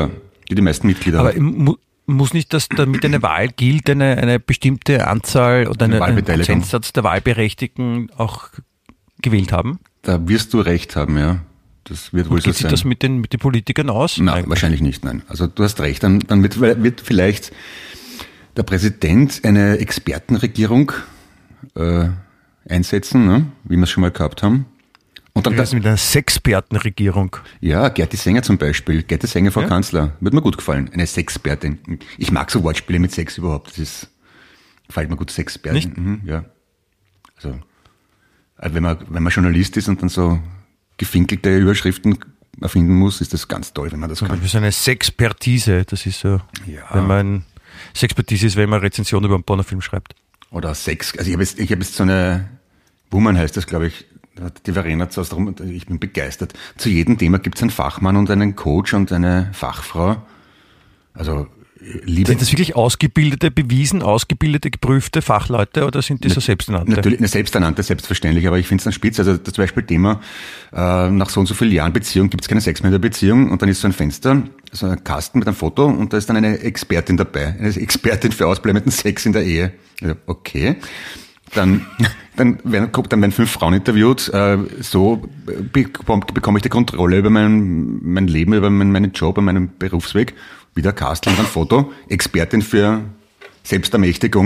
die die meisten Mitglieder Aber haben. mu- muss nicht, dass damit eine Wahl gilt, eine, eine bestimmte Anzahl oder eine, einen Prozentsatz der Wahlberechtigten auch gewählt haben? Da wirst du recht haben, ja. Das wird wohl Und so geht sich sein. das mit den, mit den Politikern aus? Nein, Eigentlich. wahrscheinlich nicht, nein. Also du hast recht, dann, dann wird, wird vielleicht der Präsident eine Expertenregierung äh, einsetzen, ne? Wie wir es schon mal gehabt haben. Und dann Das mit einer Sexpertenregierung. ja, Gerti Sänger zum Beispiel. Gerti Sänger, Frau Ja? Kanzler. Wird mir gut gefallen. Eine Sexpertin. Ich mag so Wortspiele mit Sex überhaupt. Das ist, gefällt mir gut, Sexpertin. Nicht? Mhm, ja. Also, also wenn man, wenn man Journalist ist und dann so gefinkelte Überschriften erfinden muss, ist das ganz toll, wenn man das Zum kann. Beispiel so eine Sexpertise. Das ist so, Ja. wenn man Sexpertise ist, wenn man Rezension über einen Pornofilm schreibt. Oder Sex. Also ich habe jetzt, ich habe jetzt so eine, Woman heißt das, glaube ich, da hat die Verena zu Hause drum, ich bin begeistert. Zu jedem Thema gibt es einen Fachmann und einen Coach und eine Fachfrau. Also liebe. Sind das wirklich ausgebildete, bewiesen ausgebildete, geprüfte Fachleute oder sind die so selbsternannte? Natürlich, eine selbsternannte, selbstverständlich, aber ich finde es dann spitze. Also das zum Beispiel Thema, äh, nach so und so vielen Jahren Beziehung gibt es keinen Sex mehr in der Beziehung und dann ist so ein Fenster, so ein Kasten mit einem Foto und da ist dann eine Expertin dabei, eine Expertin für ausbleibenden Sex in der Ehe. Also, okay. Dann, dann, werden, dann werden fünf Frauen interviewt, äh, so bekomme bekomme ich die Kontrolle über mein, mein Leben, über mein, meinen Job, über meinen Berufsweg. Wieder Kastel und ein Foto, Expertin für Selbstermächtigung.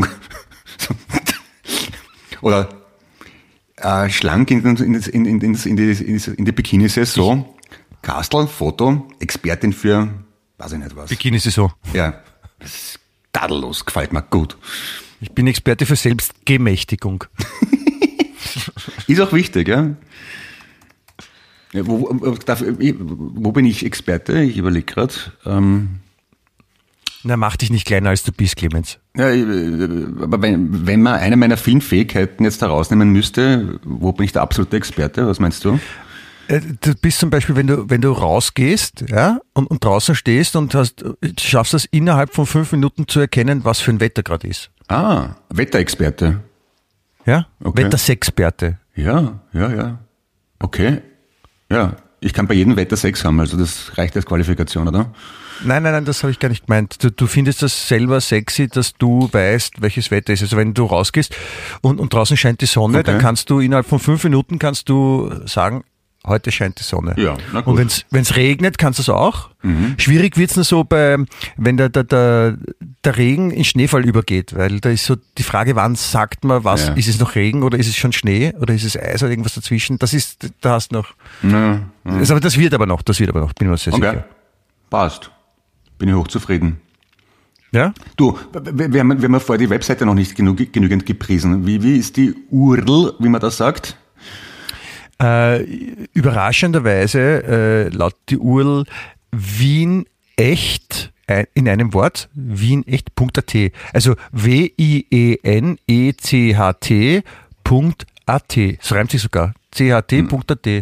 Oder äh, schlank in, in, in, in, in, in die, in die Bikini-Saison, Kastel, Foto, Expertin für, weiß ich nicht was. Bikini-Saison. Ja, das ist tadellos, gefällt mir gut. Ich bin Experte für Selbstgemächtigung. Ist auch wichtig, ja. Ja, wo, wo, darf, wo bin ich Experte? Ich überlege gerade. Ähm, Na, mach dich nicht kleiner als du bist, Clemens. ja, aber wenn, wenn man eine meiner vielen Fähigkeiten jetzt herausnehmen müsste, wo bin ich der absolute Experte? Was meinst du? Du bist zum Beispiel, wenn du, wenn du rausgehst, ja, und, und draußen stehst und hast, schaffst es innerhalb von fünf Minuten zu erkennen, was für ein Wetter gerade ist. Ah, Wetterexperte. Ja? Okay. Wettersexperte. Ja, ja, ja. Okay. Ja, ich kann bei jedem Wetter Sex haben, also das reicht als Qualifikation, oder? Nein, nein, nein, das habe ich gar nicht gemeint. Du, du findest das selber sexy, dass du weißt, welches Wetter ist. Also wenn du rausgehst und, und draußen scheint die Sonne, Okay. dann kannst du innerhalb von fünf Minuten kannst du sagen, heute scheint die Sonne. Ja, na gut. Und wenn es regnet, kannst du es auch. Mhm. Schwierig wird es nur so, bei, wenn der, der, der, der Regen in Schneefall übergeht, weil da ist so die Frage, wann sagt man, was, Ja. ist es noch Regen oder ist es schon Schnee oder ist es Eis oder irgendwas dazwischen? Das ist, da hast du noch. Ja, ja. Das, aber das wird aber noch, das wird aber noch, bin mir sehr Okay. sicher. Passt. Bin ich hochzufrieden. Ja? Du, wir wir haben, wir haben ja vorher die Webseite noch nicht genug, genügend gepriesen. Wie, wie ist die U R L, wie man das sagt? Äh, überraschenderweise äh, lautet die U R L Wien echt ein, in einem Wort, wienecht punkt a t. Also W I E N E C H T Punkt A T. Das reimt sich sogar. C H T Punkt A T.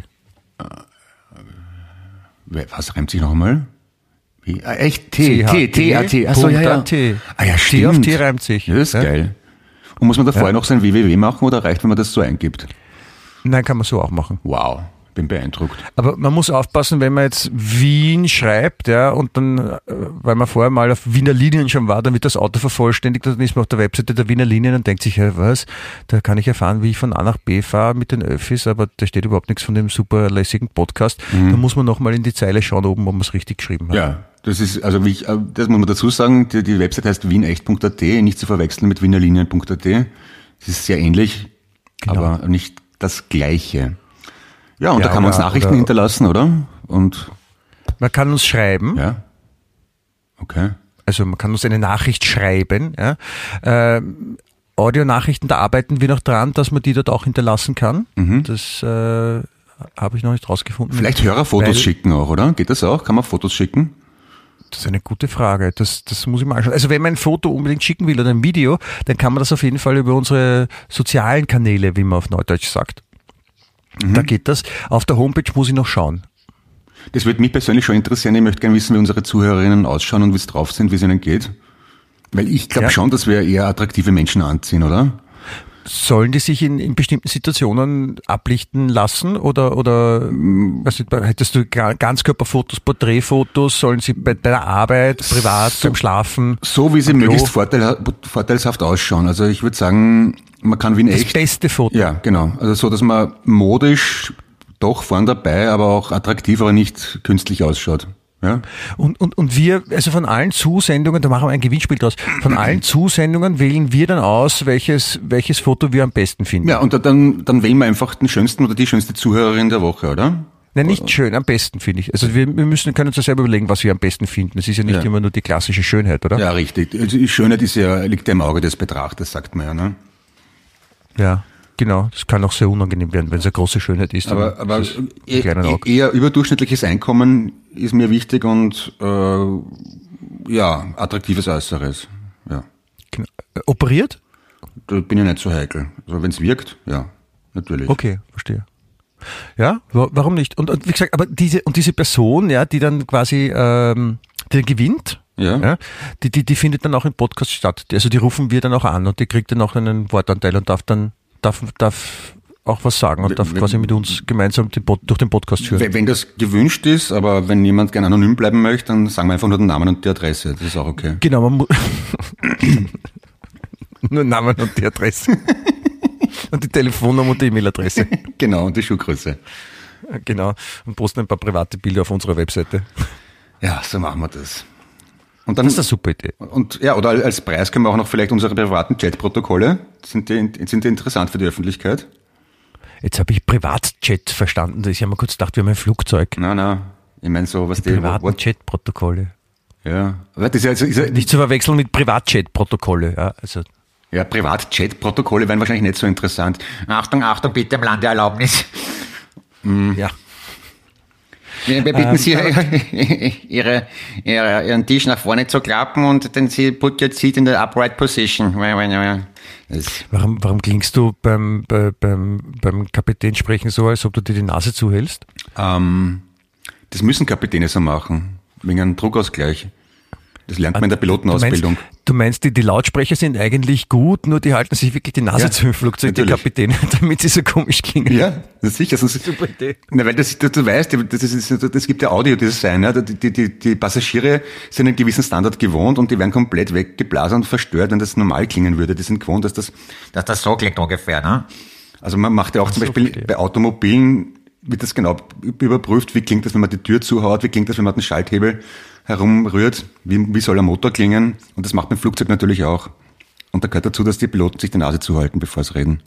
Was reimt sich noch einmal? Wie? Ah, echt? T, C H T, T, A T. Achso, ja, ja. T. Ah ja, T stimmt. auf T reimt sich. Ja, das ist Ja. geil. Und muss man da vorher Ja. noch sein www machen oder reicht, wenn man das so eingibt? Nein, kann man so auch machen. Wow, bin beeindruckt. Aber man muss aufpassen, wenn man jetzt Wien schreibt, ja, und dann, äh, weil man vorher mal auf Wiener Linien schon war, dann wird das Auto vervollständigt, dann ist man auf der Webseite der Wiener Linien und denkt sich, ja, was, da kann ich erfahren, wie ich von A nach B fahre mit den Öffis, aber da steht überhaupt nichts von dem super lässigen Podcast. Mhm. Da muss man nochmal in die Zeile schauen oben, ob man es richtig geschrieben hat. Ja, das ist, also wie ich, äh, das muss man dazu sagen, die, die Website heißt wienecht punkt a t, nicht zu verwechseln mit wienerlinien punkt a t. Es ist sehr ähnlich, Genau. aber nicht das Gleiche. Ja, und Ja, da kann man uns oder- Nachrichten oder- hinterlassen, oder? Und, Man kann uns schreiben, ja. Okay. also man kann uns eine Nachricht schreiben, ja. Ähm, Audionachrichten, da arbeiten wir noch dran, dass man die dort auch hinterlassen kann. Das äh, habe ich noch nicht rausgefunden. Vielleicht Hörerfotos Weil- schicken auch, oder? Geht das auch? Kann man Fotos schicken? Das ist eine gute Frage. Das, das muss ich mal anschauen. Also wenn man ein Foto unbedingt schicken will oder ein Video, dann kann man das auf jeden Fall über unsere sozialen Kanäle, wie man auf Neudeutsch sagt. Da geht das. Auf der Homepage muss ich noch schauen. Das würde mich persönlich schon interessieren. Ich möchte gerne wissen, wie unsere Zuhörerinnen ausschauen und wie es drauf sind, wie es ihnen geht. Weil ich glaube Ja. schon, dass wir eher attraktive Menschen anziehen, oder? Sollen die sich in, in bestimmten Situationen ablichten lassen oder, oder was, hättest du Ganzkörperfotos, Porträtfotos, sollen sie bei der Arbeit, privat, so, beim Schlafen? So wie sie möglichst vorteil, vorteilshaft ausschauen. Also ich würde sagen, man kann wie ein echt... Das beste Foto. Ja, genau. Also so, dass man modisch doch vorn dabei, aber auch attraktiv, aber nicht künstlich ausschaut. Ja. Und, und, und wir, also von allen Zusendungen, da machen wir ein Gewinnspiel draus, von allen Zusendungen wählen wir dann aus, welches, welches Foto wir am besten finden. Ja, und dann, dann wählen wir einfach den schönsten oder die schönste Zuhörerin der Woche, oder? Nein, nicht schön, am besten finde ich. Also wir, wir müssen, können uns ja selber überlegen, was wir am besten finden. Es ist ja nicht ja. immer nur die klassische Schönheit, oder? Ja, richtig. Also die Schönheit ist ja, liegt ja im Auge des Betrachters, sagt man ja, ne? Ja. Genau, das kann auch sehr unangenehm werden, wenn es eine große Schönheit ist. Aber, aber e- eher überdurchschnittliches Einkommen ist mir wichtig und äh, ja, attraktives Äußeres. Ja. Genau. Operiert? Da bin ich nicht so heikel. Also wenn es wirkt, ja, natürlich. Okay, verstehe. Ja, warum nicht? Und, und wie gesagt, aber diese und diese Person, ja, die dann quasi ähm, die dann gewinnt, ja. Ja, die, die, die findet dann auch im Podcast statt. Also die rufen wir dann auch an und die kriegt dann auch einen Wortanteil und darf dann Darf, darf auch was sagen und darf wenn, quasi mit uns gemeinsam den Pod, durch den Podcast führen. Wenn das gewünscht ist, aber wenn jemand gerne anonym bleiben möchte, dann sagen wir einfach nur den Namen und die Adresse. Das ist auch okay. Genau, man muss nur Namen und die Adresse. Und die Telefonnummer und die E-Mail-Adresse. Genau, und die Schuhgröße. Genau, und posten ein paar private Bilder auf unserer Webseite. Ja, so machen wir das. Und dann, das ist eine super Idee. Und ja, oder als Preis können wir auch noch vielleicht unsere privaten Chatprotokolle. Sind die, sind die interessant für die Öffentlichkeit? Jetzt habe ich Privatchat verstanden. Ich habe mir kurz gedacht, wir haben ein Flugzeug. Nein, nein. Ich meine so, was die... Privaten Chatprotokolle. Ja. Aber das ist ja, also, ist ja, nicht zu verwechseln mit Privatchat-Protokolle. Ja, also. Ja, Privatchat-Protokolle wären wahrscheinlich nicht so interessant. Achtung, Achtung, bitte im Landeerlaubnis. Mhm. Ja. Wir bitten ähm, Sie, ihre, ihre, Ihren Tisch nach vorne zu klappen und dann Sie put your seat in the upright position. Warum, warum klingst du beim, bei, beim, beim Kapitän sprechen so, als ob du dir die Nase zuhältst? Ähm, das müssen Kapitäne so machen, wegen einem Druckausgleich. Das lernt man in der Pilotenausbildung. Du meinst, du meinst die, die Lautsprecher sind eigentlich gut, nur die halten sich wirklich die Nase ja, zu im Flugzeug, natürlich. Die Kapitäne, damit sie so komisch klingen. Ja, das ist sicher. Sonst, super Idee. Na, weil das, du, du weißt, das, ist, das gibt ja Audiodesign. Ja. Die, die, die, die Passagiere sind einen gewissen Standard gewohnt und die werden komplett weggeblasen und verstört, wenn das normal klingen würde. Die sind gewohnt, dass das, dass das so klingt ungefähr. Ne? Also man macht ja auch zum so Beispiel verstehe. Bei Automobilen, wird das genau überprüft, wie klingt das, wenn man die Tür zuhaut, wie klingt das, wenn man den Schalthebel herumrührt, wie, wie soll ein Motor klingen? Und das macht beim Flugzeug natürlich auch. Und da gehört dazu, dass die Piloten sich die Nase zuhalten, bevor sie reden.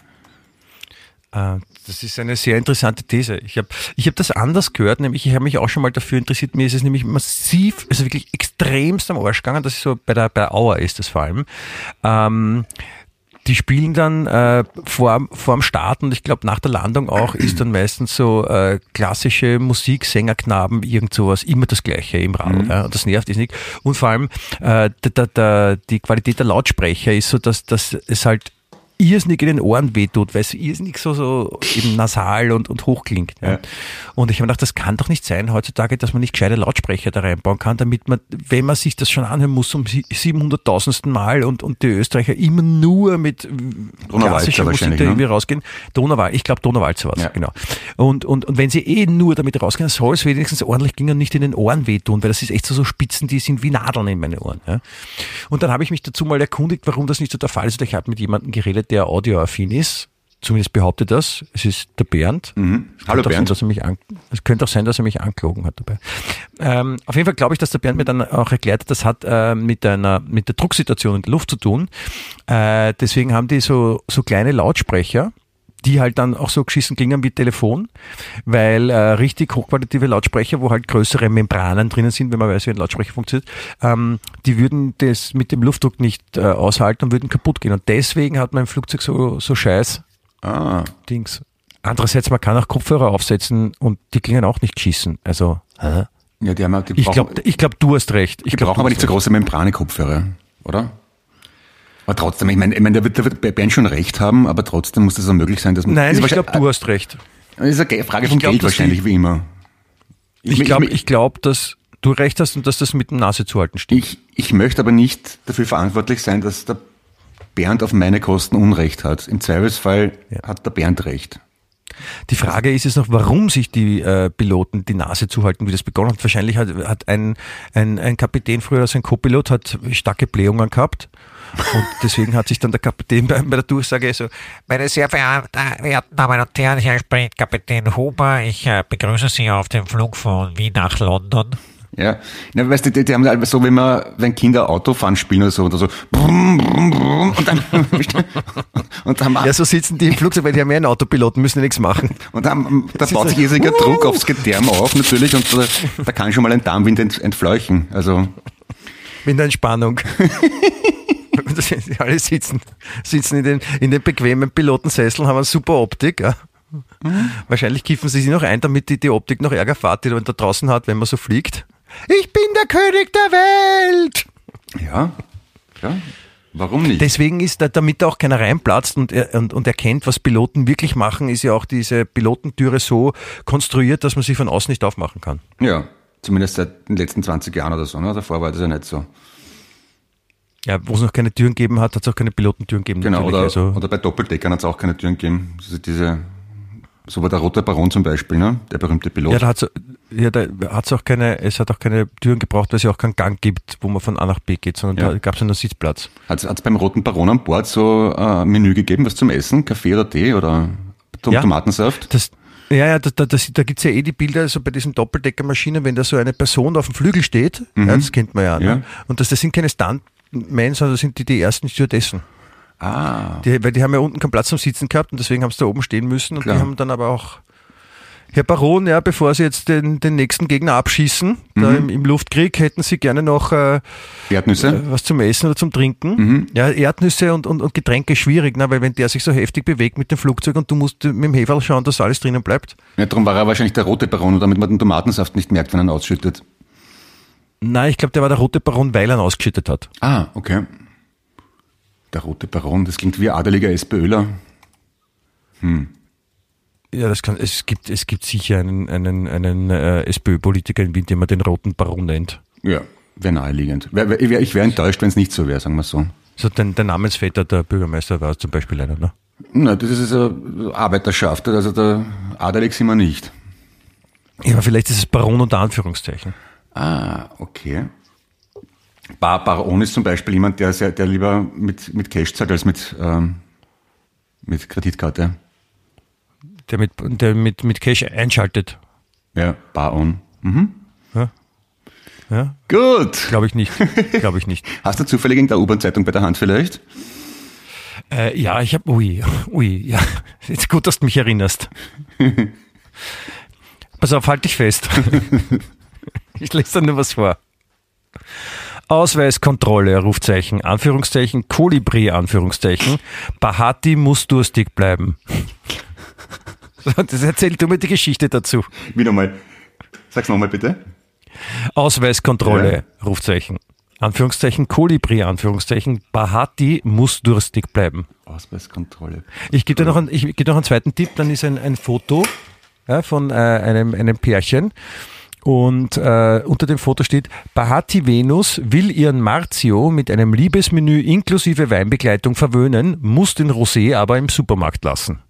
Das ist eine sehr interessante These. Ich habe ich hab das anders gehört, nämlich ich habe mich auch schon mal dafür interessiert, mir ist es nämlich massiv, also wirklich extremst am Arsch gegangen, das ist so bei der, bei der Auer ist das vor allem. Ähm, Die spielen dann äh, vor vorm Start und ich glaube nach der Landung auch ist dann meistens so äh, klassische Musik, Sängerknaben, irgend sowas, immer das Gleiche im Radio. Mhm. Ja, und das nervt ist nicht. Und vor allem äh, da, da, da, die Qualität der Lautsprecher ist so, dass, dass es halt irrsinnig in den Ohren wehtut, weil es irrsinnig so, so eben nasal und, und hoch klingt. Ja. Ja. Und ich habe mir gedacht, das kann doch nicht sein heutzutage, dass man nicht gescheite Lautsprecher da reinbauen kann, damit man, wenn man sich das schon anhören muss, um siebenhunderttausendsten Mal und, und die Österreicher immer nur mit klassischer Musik da irgendwie ne? rausgehen. Donauwalzer, ich glaube Donauwalzer war es, ja. genau. Und, und, und wenn sie eh nur damit rausgehen, soll es wenigstens ordentlich gehen und nicht in den Ohren wehtun, weil das ist echt so, so Spitzen, die sind wie Nadeln in meine Ohren. Ja. Und dann habe ich mich dazu mal erkundigt, warum das nicht so der Fall ist. Ich habe mit jemandem geredet, der audioaffin ist, zumindest behauptet das. Es ist der Bernd. Mhm. Hallo Bernd. Sein, dass er mich an, es könnte auch sein, dass er mich angelogen hat dabei. Ähm, auf jeden Fall glaube ich, dass der Bernd mir dann auch erklärt hat, das hat äh, mit einer mit der Drucksituation in der Luft zu tun. Äh, deswegen haben die so so kleine Lautsprecher, die halt dann auch so geschissen klingen wie Telefon, weil äh, richtig hochqualitative Lautsprecher, wo halt größere Membranen drinnen sind, wenn man weiß, wie ein Lautsprecher funktioniert, ähm, die würden das mit dem Luftdruck nicht äh, aushalten und würden kaputt gehen. Und deswegen hat mein Flugzeug so, so scheiß ah. Dings. Andererseits, man kann auch Kopfhörer aufsetzen und die klingen auch nicht geschissen. Also, hä? Ja, die haben, die ich glaube, ich glaub, du hast recht. Ich die glaub, brauchen aber nicht so große Membrane-Kopfhörer, oder? Aber trotzdem, ich meine, ich mein, der wird, der wird Bernd schon recht haben, aber trotzdem muss das auch möglich sein, dass man... Nein, ich glaube, du hast recht. Das ist eine Frage von glaub, Geld wahrscheinlich, die, wie immer. Ich, ich glaube, ich, ich glaub, dass du recht hast und dass das mit dem Nase zuhalten stimmt. Ich, ich möchte aber nicht dafür verantwortlich sein, dass der Bernd auf meine Kosten Unrecht hat. Im Zweifelsfall Ja. hat der Bernd recht. Die Frage ist jetzt noch, warum sich die äh, Piloten die Nase zuhalten, wie das begonnen hat. Wahrscheinlich hat, hat ein, ein, ein Kapitän früher, also ein Co-Pilot, hat starke Blähungen gehabt. Und deswegen hat sich dann der Kapitän bei, bei der Durchsage so, Meine sehr verehrten Damen und Herren, hier spricht Kapitän Huber. Ich äh, begrüße Sie auf dem Flug von Wien nach London. Ja, na, weißt du, die, die haben halt so, wenn man, wenn Kinder Autofahren spielen oder so, oder so, brumm, brumm, brumm, und dann, und dann, ja, so sitzen die im Flugzeug, weil die haben ja einen Autopiloten, müssen ja nichts machen. und dann, da baut sich irrsinniger Druck aufs Gedärm auf, natürlich, und da, da kann schon mal ein Darmwind ent, entfleuchen, also. Mit der Entspannung. Alle sitzen, sitzen in den, in den bequemen Pilotensesseln, haben eine super Optik, ja. Mhm. Wahrscheinlich kiffen sie sich noch ein, damit die, die Optik noch Ärger fährt, die man da draußen hat, wenn man so fliegt. Ich bin der König der Welt! Ja, ja, warum nicht? Deswegen ist, da, damit da auch keiner reinplatzt und, er, und, und erkennt, was Piloten wirklich machen, ist ja auch diese Pilotentüre so konstruiert, dass man sie von außen nicht aufmachen kann. Ja, zumindest seit den letzten zwanzig Jahren oder so, ne? Davor war das ja nicht so. Ja, wo es noch keine Türen gegeben hat, hat es auch keine Pilotentüren gegeben. Genau, oder, also. oder bei Doppeldeckern hat es auch keine Türen gegeben. Also diese, so war der Rote Baron zum Beispiel, ne? Der berühmte Pilot. Ja, da hat's, ja, da hat's auch keine, es hat auch keine Türen gebraucht, weil es ja auch keinen Gang gibt, wo man von A nach B geht, sondern Ja. da gab es nur Sitzplatz. Hat es beim Roten Baron an Bord so ein Menü gegeben, was zum Essen? Kaffee oder Tee oder Tom- Ja. Tomatensaft? Das, ja, ja, da, da, das, da gibt's ja eh die Bilder, so bei diesen Doppeldeckermaschinen, wenn da so eine Person auf dem Flügel steht, Mhm. ja, das kennt man ja, Ja. ne? Und das, das sind keine Stuntmen, sondern das sind die, die ersten Stewardessen. Ah, Die, weil die haben ja unten keinen Platz zum Sitzen gehabt und deswegen haben sie da oben stehen müssen und Klar. die haben dann aber auch, Herr Baron, ja, bevor Sie jetzt den, den nächsten Gegner abschießen, da im, im Luftkrieg, hätten Sie gerne noch äh, Erdnüsse? äh, was zum Essen oder zum Trinken. Ja, Erdnüsse und, und, und Getränke ist schwierig, ne? Weil wenn der sich so heftig bewegt mit dem Flugzeug und du musst mit dem Heferl schauen, dass alles drinnen bleibt. Ja, darum war er wahrscheinlich der Rote Baron, damit man den Tomatensaft nicht merkt, wenn er ihn ausschüttet. Nein, ich glaube, der war der Rote Baron, weil er ihn ausgeschüttet hat. Ah, okay. Der Rote Baron, das klingt wie adeliger SPÖler. Ja, das kann, es gibt, es gibt sicher einen, einen, einen äh, SPÖ-Politiker in Wien, den man den Roten Baron nennt. Ja, wäre naheliegend. Wär, wär, ich wäre wär enttäuscht, wenn es nicht so wäre, sagen wir so. So, der, der Namensvetter der Bürgermeister war zum Beispiel einer, ne? Na, das ist eine Arbeiterschaft, also der adelig sind wir nicht. Ja, aber vielleicht ist es Baron unter Anführungszeichen. Ah, okay. Bar Baron ist zum Beispiel jemand, der sehr, der lieber mit, mit Cash zahlt als mit, ähm, mit Kreditkarte. Der mit, der mit, mit Cash einschaltet. Ja, Baron. Mhm. Ja, ja Gut. glaube ich nicht. Glaube ich nicht. Hast du zufällig in der U-Bahn-Zeitung bei der Hand vielleicht? Äh, ja, ich habe, ui, ui, ja, jetzt gut, dass du mich erinnerst. Pass auf, halt dich fest. Ich lese dir nur was vor. Ausweiskontrolle, Rufzeichen, Anführungszeichen, Kolibri, Anführungszeichen, Bahati muss durstig bleiben. So, das erzähl du mir die Geschichte dazu. Wieder mal. Sag's nochmal bitte. Ausweiskontrolle, Ja. Rufzeichen, Anführungszeichen, Kolibri, Anführungszeichen, Bahati muss durstig bleiben. Ausweiskontrolle. Ich gebe dir noch einen, ich gebe noch einen zweiten Tipp, dann ist ein, ein Foto ja, von äh, einem, einem Pärchen und äh, unter dem Foto steht, Bahati Venus will ihren Marzio mit einem Liebesmenü inklusive Weinbegleitung verwöhnen, muss den Rosé aber im Supermarkt lassen.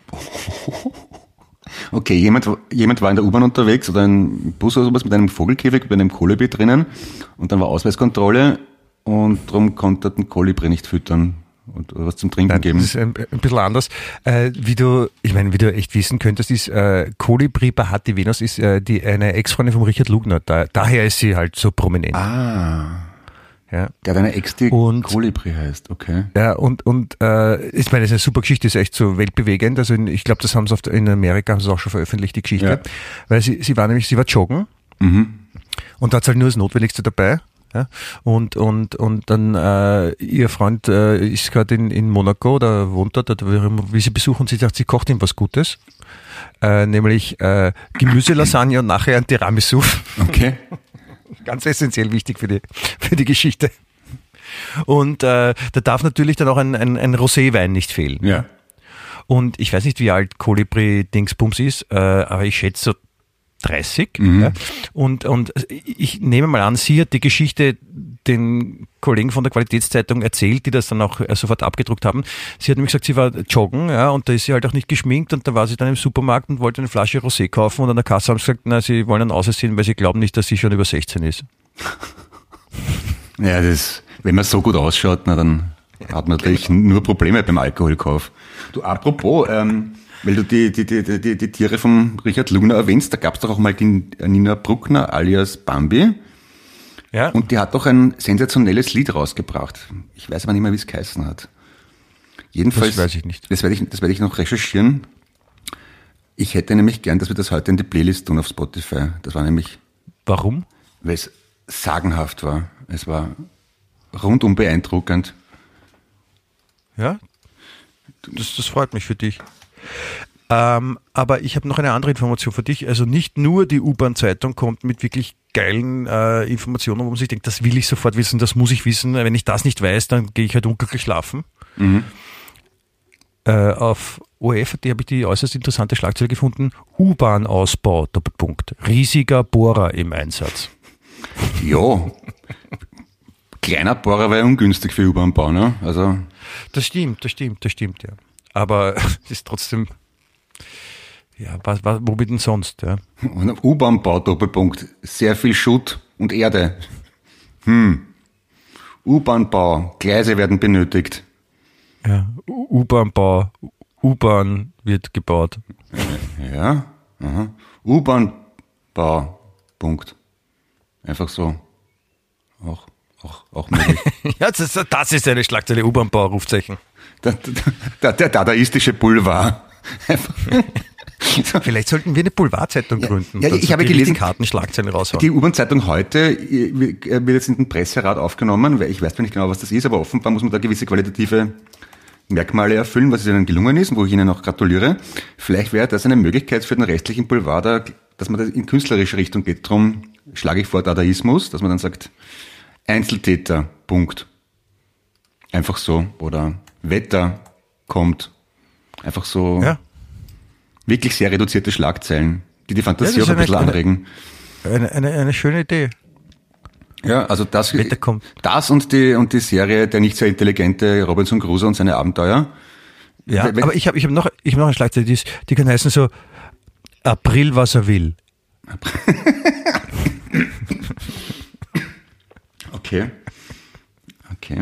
Okay, jemand, jemand war in der U-Bahn unterwegs oder ein Bus oder sowas mit einem Vogelkäfig, mit einem Kolibri drinnen und dann war Ausweiskontrolle und darum konnte er den Kolibri nicht füttern und was zum Trinken Nein, geben. das ist ein, ein bisschen anders. Äh, wie du, ich meine, wie du echt wissen könntest, ist äh, Kolibri Bahati Venus ist äh, die eine Ex-Freundin von Richard Lugner. Da, daher ist sie halt so prominent. Ah, Ja. der hat eine Ex, die Und- Kolibri heißt, okay. Ja, und, und äh, ich meine, das ist eine super Geschichte, ist echt so weltbewegend. Also in, ich glaube, das haben sie auf der, in Amerika haben sie auch schon veröffentlicht, die Geschichte. Ja. Weil sie, sie war nämlich, sie war joggen Mhm. und da hat halt nur das Notwendigste dabei. Ja? Und, und, und dann äh, ihr Freund äh, ist gerade in, in Monaco oder wohnt dort, oder wie sie besuchen und sie sagt, sie kocht ihm was Gutes. Äh, nämlich äh, Gemüselasagne und nachher ein Tiramisu. Okay. Ganz essentiell wichtig für die, für die Geschichte. Und äh, da darf natürlich dann auch ein, ein, ein Roséwein nicht fehlen. Ja. Und ich weiß nicht, wie alt Kolibri Dingsbums ist, äh, aber ich schätze so dreißig. Mhm. Ja. Und, und ich nehme mal an, sie hat die Geschichte den Kollegen von der Qualitätszeitung erzählt, die das dann auch äh, sofort abgedruckt haben. Sie hat nämlich gesagt, sie war joggen, ja, und da ist sie halt auch nicht geschminkt und da war sie dann im Supermarkt und wollte eine Flasche Rosé kaufen und an der Kasse haben sie gesagt, na, sie wollen dann aussehen, weil sie glauben nicht, dass sie schon über sechzehn ist. Ja, das, wenn man so gut ausschaut, na, dann hat man natürlich nur Probleme beim Alkoholkauf. Du, apropos, ähm, weil du die, die, die, die, die Tiere von Richard Lugner erwähnst, da gab es doch auch mal die Nina Bruckner alias Bambi. Ja. Und die hat doch ein sensationelles Lied rausgebracht. Ich weiß aber nicht mehr, wie es geheißen hat. Jedenfalls, das weiß ich nicht. Das werde ich, das werde ich noch recherchieren. Ich hätte nämlich gern, dass wir das heute in die Playlist tun auf Spotify. Das war nämlich... Warum? Weil es sagenhaft war. Es war rundum beeindruckend. Ja, das, das freut mich für dich. Ähm, aber ich habe noch eine andere Information für dich. Also nicht nur die U-Bahn-Zeitung kommt mit wirklich geilen äh, Informationen, wo man sich denkt, das will ich sofort wissen, das muss ich wissen. Wenn ich das nicht weiß, dann gehe ich halt unglücklich schlafen. Mhm. Äh, auf O R F punkt A T habe ich die äußerst interessante Schlagzeile gefunden. U-Bahn-Ausbau, Doppelpunkt. Riesiger Bohrer im Einsatz. Ja, kleiner Bohrer war ja ungünstig für U-Bahn-Bau, ne? Also das stimmt, das stimmt, das stimmt, ja. Aber es ist trotzdem, ja, was, was, womit denn sonst, ja? U-Bahn-Bau, Doppelpunkt. Sehr viel Schutt und Erde. Hm. U-Bahn-Bau, Gleise werden benötigt. Ja, U-Bahn-Bau, U-Bahn wird gebaut. Ja, aha. U-Bahn-Bau, Punkt. Einfach so. Auch, auch, auch möglich. Ja, das, das ist eine Schlagzeile, U-Bahn-Bau, Rufzeichen. Der, der, der dadaistische Boulevard. Vielleicht sollten wir eine Boulevardzeitung gründen. Ja, ja, ich habe gelesen, Kartenschlagzeilen raushauen. Die U-Bahn-Zeitung heute wird jetzt in den Presserat aufgenommen, weil ich weiß nicht genau, was das ist, aber offenbar muss man da gewisse qualitative Merkmale erfüllen, was ihnen gelungen ist und wo ich Ihnen auch gratuliere. Vielleicht wäre das eine Möglichkeit für den restlichen Boulevard, da, dass man da in künstlerische Richtung geht. Darum schlage ich vor Dadaismus, dass man dann sagt, Einzeltäter, Punkt. Einfach so. Oder Wetter kommt. Einfach so. Ja. Wirklich sehr reduzierte Schlagzeilen, die die Fantasie ja, auch ein bisschen eine, anregen. Eine, eine, eine schöne Idee. Ja, also das, Wetter kommt. das und die, und die Serie Der nicht sehr intelligente Robinson Crusoe und seine Abenteuer. Ja, Wenn, aber ich habe ich hab noch, ich hab noch eine Schlagzeile, die, ist, die kann heißen so, April, was er will. Okay. Okay.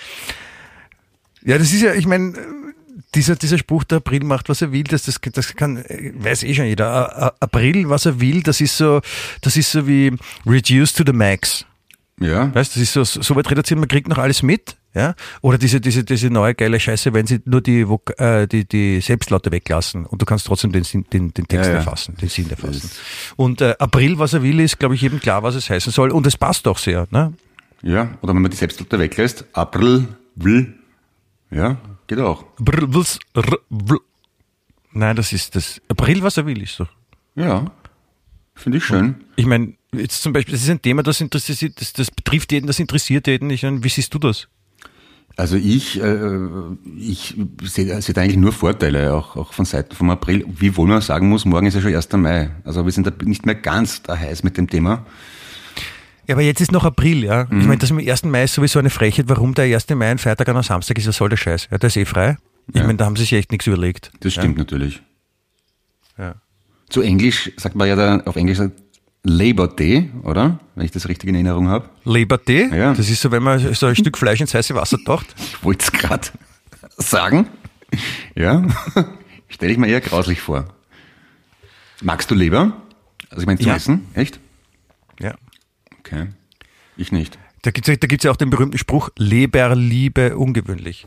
Ja, das ist ja, ich meine, dieser, dieser Spruch, der April macht, was er will, das, das, das kann, weiß eh schon jeder. April, was er will, das ist so, das ist so wie reduced to the max. Ja. Weißt du, das ist so, so weit reduziert, man kriegt noch alles mit, ja. Oder diese, diese, diese neue geile Scheiße, wenn sie nur die, äh, die, die Selbstlaute weglassen und du kannst trotzdem den, den, den Text ja, ja. erfassen, den Sinn erfassen. Und äh, April, was er will, ist, glaube ich, jedem klar, was es heißen soll. Und es passt auch sehr, ne? Ja, oder wenn man die Selbstlaute weglässt, April, will, ja, geht auch. April, will's, r, will. Nein, das ist das. April, was er will, ist doch. Ja, finde ich schön. Und ich meine, jetzt zum Beispiel, das ist ein Thema, das interessiert, das, das betrifft jeden, das interessiert jeden. Ich meine, wie siehst du das? Also ich, äh, ich sehe seh eigentlich nur Vorteile, auch, auch von Seiten vom April. Wiewohl man sagen muss, morgen ist ja schon erster Mai. Also wir sind da nicht mehr ganz da heiß mit dem Thema. Ja, aber jetzt ist noch April, ja. Mhm. Ich meine, das am ersten Mai ist sowieso eine Frechheit. Warum der erste Mai ein Feiertag an einem Samstag ist, was soll der Scheiß? Ja, der ist eh frei. Ich ja. meine, da haben sie sich echt nichts überlegt. Das stimmt ja. natürlich. Ja. Zu Englisch sagt man ja dann, auf Englisch sagt Labor Day, oder? Wenn ich das richtig in Erinnerung habe. Labor Day? Ja. Das ist so, wenn man so ein Stück Fleisch ins heiße Wasser taucht. Ich wollte es gerade sagen. Ja. Stelle ich mir eher grauslich vor. Magst du Leber? Also ich meine zum ja. Essen? Echt? Ja. Okay. Ich nicht. Da gibt es da gibt's ja auch den berühmten Spruch, Leber, Liebe, ungewöhnlich.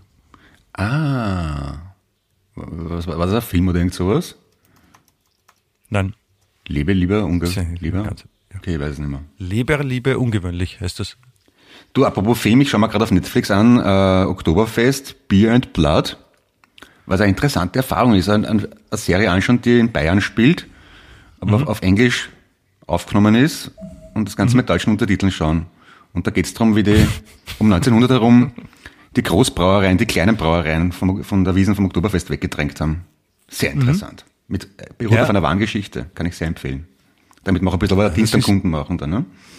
Ah. Was war das, ein Film oder irgend sowas? Nein. Lebe, lieber, ungewöhnlich. Lieber? Okay, ich weiß es nicht mehr. Leber, Liebe, ungewöhnlich heißt das. Du, apropos Film, ich schaue mal gerade auf Netflix an, äh, Oktoberfest, Beer and Blood, was eine interessante Erfahrung ist. Eine, eine Serie anschauen, die in Bayern spielt, aber mhm. auf, auf Englisch aufgenommen ist und das Ganze mhm. mit deutschen Untertiteln schauen. Und da geht es darum, wie die um neunzehnhundert herum die Großbrauereien, die kleinen Brauereien vom, von der Wiesn vom Oktoberfest weggedrängt haben. Sehr interessant. Mhm. Mit beruht ja. auf einer wahren Geschichte, kann ich sehr empfehlen. Damit wir auch ein bisschen aber Dienst am Kunden machen dann, ne?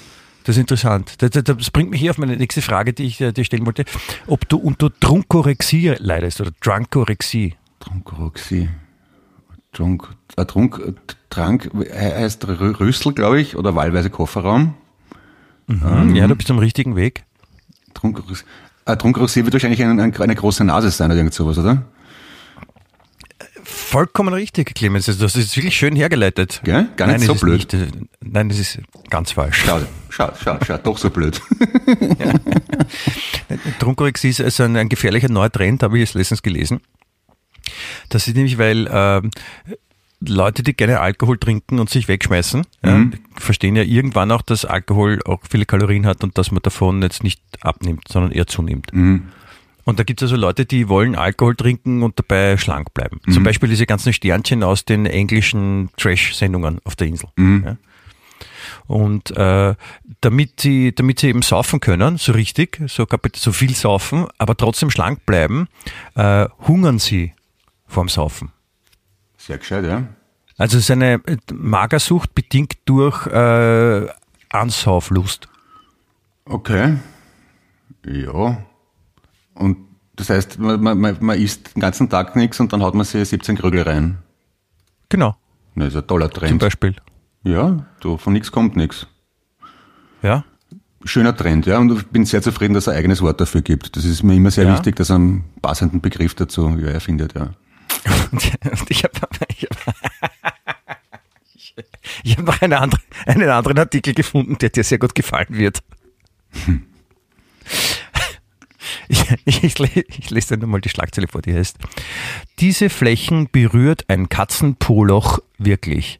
Das ist interessant. Das, das bringt mich hier auf meine nächste Frage, die ich dir stellen wollte. Ob du unter Drunkorexie leidest oder Drunkorexie. Drunkorexie. Trunk, äh, Trunk, Trank heißt Rüssel, glaube ich, oder wahlweise Kofferraum. Mhm, ähm, ja, du bist am richtigen Weg. Drunkorexie, äh, Drunkorexie wird wahrscheinlich eine, eine große Nase sein oder irgend sowas, oder? Vollkommen richtig, Clemens. Also das ist wirklich schön hergeleitet. Gell? Gar nicht nein, so es blöd. Ist nicht, nein, das ist ganz falsch. Schau, schau, schau, schau, doch so blöd. Ja. Drunkorexie ist also ein, ein gefährlicher neuer Trend, habe ich jetzt letztens gelesen. Das ist nämlich, weil äh, Leute, die gerne Alkohol trinken und sich wegschmeißen, Mhm. ja, verstehen ja irgendwann auch, dass Alkohol auch viele Kalorien hat und dass man davon jetzt nicht abnimmt, sondern eher zunimmt. Mhm. Und da gibt es also Leute, die wollen Alkohol trinken und dabei schlank bleiben. Mhm. Zum Beispiel diese ganzen Sternchen aus den englischen Trash-Sendungen auf der Insel. Mhm. Ja. Und äh, damit sie, damit sie eben saufen können, so richtig, so, kapit- so viel saufen, aber trotzdem schlank bleiben, äh, hungern sie vorm Saufen. Sehr gescheit, ja. Also es ist eine Magersucht bedingt durch äh, Ansauflust. Okay. Ja. Und das heißt, man, man, man isst den ganzen Tag nichts und dann haut man sich siebzehn Krügel rein. Genau, Das ist ein toller zum Trend. Beispiel. Ja, du, von nichts kommt nichts. Ja. Schöner Trend, ja. Und ich bin sehr zufrieden, dass es ein eigenes Wort dafür gibt. Das ist mir immer sehr Ja. wichtig, dass er einen passenden Begriff dazu ja, erfindet, ja. Und ich habe ich hab, ich hab noch eine andere, einen anderen Artikel gefunden, der dir sehr gut gefallen wird. Hm. Ich, ich, ich, le- ich lese dir nur mal die Schlagzeile vor, die heißt: Diese Flächen berührt ein Katzenpoloch wirklich.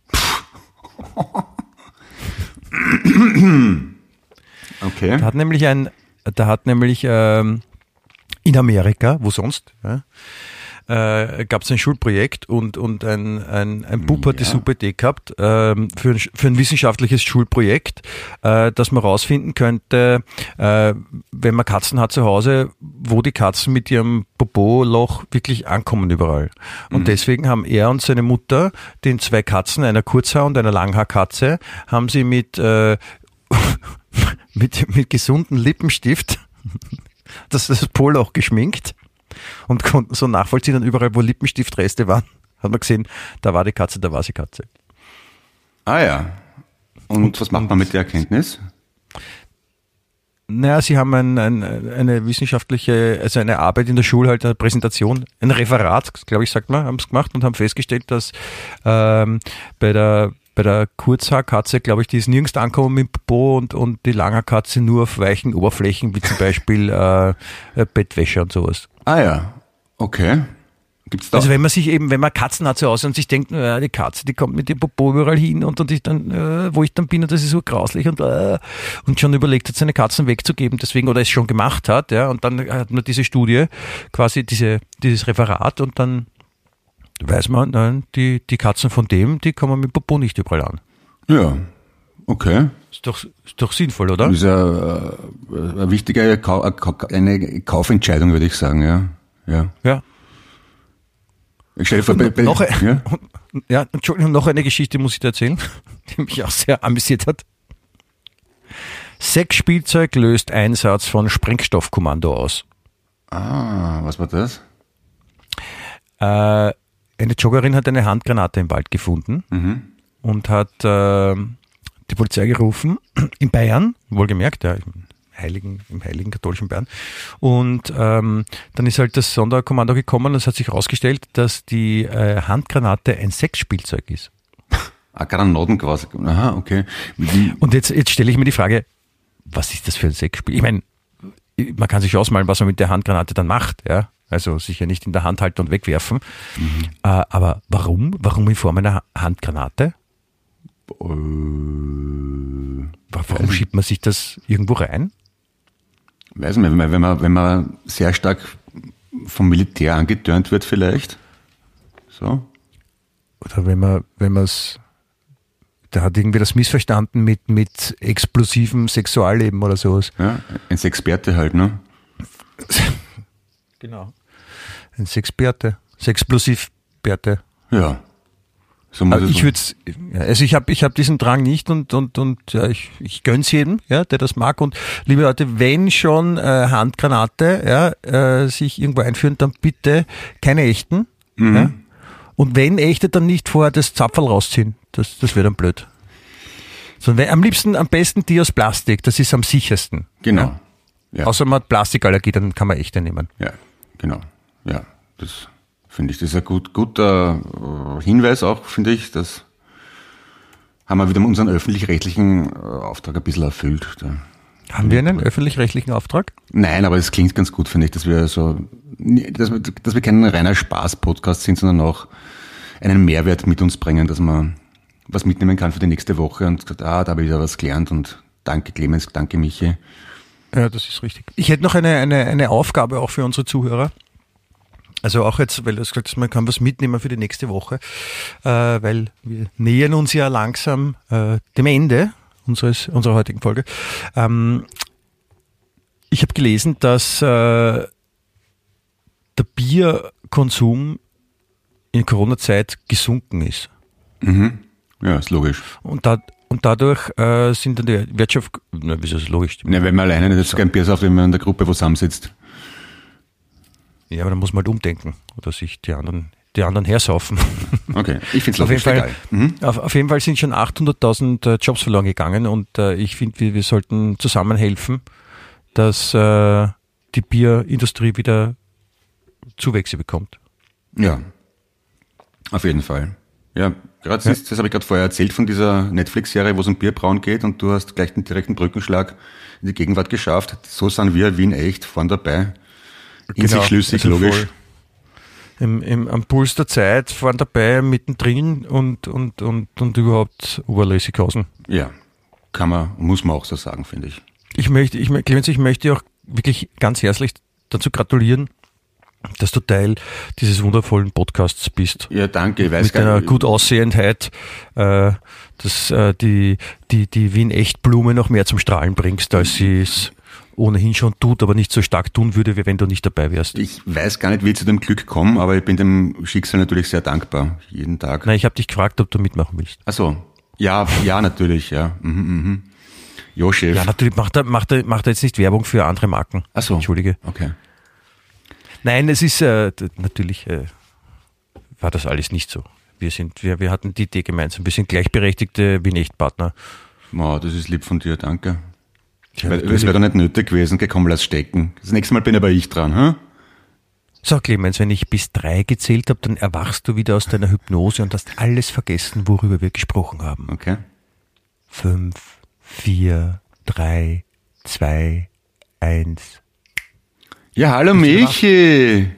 Okay. Da hat nämlich ein, da hat nämlich ähm, in Amerika, wo sonst, ja, äh, gab es ein Schulprojekt und, und ein, ein, ein Bub hat die Ja. super Idee gehabt ähm, für, ein, für ein wissenschaftliches Schulprojekt, äh, dass man rausfinden könnte, äh, wenn man Katzen hat zu Hause, wo die Katzen mit ihrem Popoloch wirklich ankommen überall. Und Mhm. deswegen haben er und seine Mutter den zwei Katzen, einer Kurzhaar- und einer Langhaarkatze, haben sie mit, äh, mit, mit gesundem Lippenstift das, das Poloch geschminkt und konnten so nachvollziehen, dann überall, wo Lippenstiftreste waren, hat man gesehen, da war die Katze, da war sie Katze. Ah ja. Und, was macht man mit der Erkenntnis? Naja, sie haben ein, ein, eine wissenschaftliche, also eine Arbeit in der Schule, halt eine Präsentation, ein Referat, glaube ich, sagt man, haben es gemacht und haben festgestellt, dass ähm, bei der bei der Kurzhaarkatze, glaube ich, die ist nirgends angekommen mit dem Popo und, und die Langhaarkatze nur auf weichen Oberflächen, wie zum Beispiel äh, Bettwäsche und sowas. Ah ja. Okay. Gibt's da? Also wenn man sich eben, wenn man Katzen hat zu Hause und sich denkt, naja, die Katze, die kommt mit dem Popo überall hin und, und ich dann, äh, wo ich dann bin und das ist so grauslich und, äh, und schon überlegt hat, seine Katzen wegzugeben, deswegen, oder es schon gemacht hat, ja, und dann hat man diese Studie, quasi diese, dieses Referat und dann weiß man, nein, die, die Katzen von dem, die kommen mit Popo nicht überall an. Ja. Okay. Ist doch, ist doch sinnvoll, oder? Das ist eine, eine wichtige Kau- eine Kaufentscheidung, würde ich sagen, ja. Ja. Ja. Ich stelle vor, bei, bei, noch, ein- ja? ja, Entschuldigung, noch eine Geschichte muss ich dir erzählen, die mich auch sehr amüsiert hat. Sexspielzeug löst Einsatz von Sprengstoffkommando aus. Ah, was war das? Äh, eine Joggerin hat eine Handgranate im Wald gefunden Mhm. und hat äh, die Polizei gerufen, in Bayern, wohlgemerkt, ja, im heiligen, im heiligen katholischen Bayern. Und ähm, dann ist halt das Sonderkommando gekommen und es hat sich herausgestellt, dass die äh, Handgranate ein Sexspielzeug ist. Ah, Granaten quasi. Aha, okay. Wie, Und jetzt, jetzt stelle ich mir die Frage, was ist das für ein Sexspiel? Ich meine, man kann sich ausmalen, was man mit der Handgranate dann macht, ja. Also sicher nicht in der Hand halten und wegwerfen. Mhm. Äh, aber warum? Warum in Form einer Ha- Handgranate? äh, Warum schiebt man sich das irgendwo rein? weiß nicht, wenn man, wenn man, wenn man sehr stark vom Militär angetörnt wird vielleicht. So. Oder wenn man, wenn man es, der hat irgendwie das missverstanden mit, mit explosivem Sexualleben oder sowas. Ja, ein Sexperte halt, ne? Genau. Ein Sexperte. Sexplosivperte. Ja. So muss Aber es ich würde also ich habe ich hab diesen Drang nicht und und und ja, ich, ich gönn's jedem, ja, der das mag. Und liebe Leute, wenn schon äh, Handgranate ja, äh, sich irgendwo einführen, dann bitte keine echten. Mhm. Ja? Und wenn echte, dann nicht vorher das Zapferl rausziehen. Das, das wäre dann blöd. Sondern am liebsten, am besten die aus Plastik, das ist am sichersten. Genau. Ja? Ja. Außer man hat Plastikallergie, dann kann man echte nehmen. Ja, genau. Ja, das finde ich, das ist ein gut, guter äh, Hinweis auch, finde ich. Das haben wir wieder unseren öffentlich-rechtlichen äh, Auftrag ein bisschen erfüllt. Da. Haben wir einen öffentlich-rechtlichen Auftrag? Nein, aber es klingt ganz gut, finde ich, dass wir so, dass wir, dass wir kein reiner Spaß-Podcast sind, sondern auch einen Mehrwert mit uns bringen, dass man was mitnehmen kann für die nächste Woche und gesagt, ah, da habe ich wieder was gelernt und danke Clemens, danke Michi. Ja, das ist richtig. Ich hätte noch eine, eine, eine Aufgabe auch für unsere Zuhörer. Also auch jetzt, weil du hast gesagt hast, man kann was mitnehmen für die nächste Woche, äh, weil wir nähern uns ja langsam äh, dem Ende unseres, unserer heutigen Folge. Ähm, ich habe gelesen, dass äh, der Bierkonsum in Corona-Zeit gesunken ist. Mhm. Ja, ist logisch. Und, da, und dadurch äh, sind dann die Wirtschaft, na, wieso ist das logisch? Ja, wenn man alleine nicht so kein Bier sauft, wenn man in der Gruppe zusammensitzt. Ja, aber dann muss man halt umdenken oder sich die anderen, die anderen hersaufen. Okay, ich finde es Auf jeden logisch, Fall, egal. Mhm. auf, auf jeden Fall sind schon achthunderttausend äh, Jobs verloren gegangen und äh, ich finde, wir, wir sollten zusammen helfen, dass äh, die Bierindustrie wieder Zuwächse bekommt. Ja, auf jeden Fall. Ja, gerade Ja. das, das habe ich gerade vorher erzählt von dieser Netflix-Serie, wo es um Bierbrauen geht und du hast gleich den direkten Brückenschlag in die Gegenwart geschafft. So sind wir Wien echt vorn dabei. In sich schlüssig, also logisch. voll Im, im, am Puls der Zeit, vorn dabei, mittendrin und, und, und, und überhaupt Oberlässighausen. Ja, kann man, muss man auch so sagen, finde ich. Ich möchte, ich, Clemens, ich möchte dir auch wirklich ganz herzlich dazu gratulieren, dass du Teil dieses wundervollen Podcasts bist. Ja, danke. Ich weiß Mit gar deiner nicht. gut Aussehendheit, äh, dass äh, die, die, die Wien-Echt-Blume noch mehr zum Strahlen bringst, als sie es ohnehin schon tut, aber nicht so stark tun würde, wie wenn du nicht dabei wärst. Ich weiß gar nicht, wie ich zu dem Glück komme, aber ich bin dem Schicksal natürlich sehr dankbar. Jeden Tag. Nein, ich habe dich gefragt, ob du mitmachen willst. Ach so. Ja, ja, natürlich, ja. Mhm, mhm. Jo, Chef. Ja, natürlich, macht er, macht er, macht er jetzt nicht Werbung für andere Marken. Ach so. Entschuldige. Okay. Nein, es ist äh, d- natürlich äh, war das alles nicht so. Wir sind, wir, wir hatten die Idee gemeinsam. Wir sind gleichberechtigte Wien-Echt-Partner. Wow, das ist lieb von dir, danke. Ja, Weil, es wäre doch nicht nötig gewesen, geh, komm, lass stecken. Das nächste Mal bin aber ich dran, hm? So, Clemens, wenn ich bis drei gezählt habe, dann erwachst du wieder aus deiner Hypnose und hast alles vergessen, worüber wir gesprochen haben. Okay. Fünf, vier, drei, zwei, eins. Ja, hallo Bist du Michi.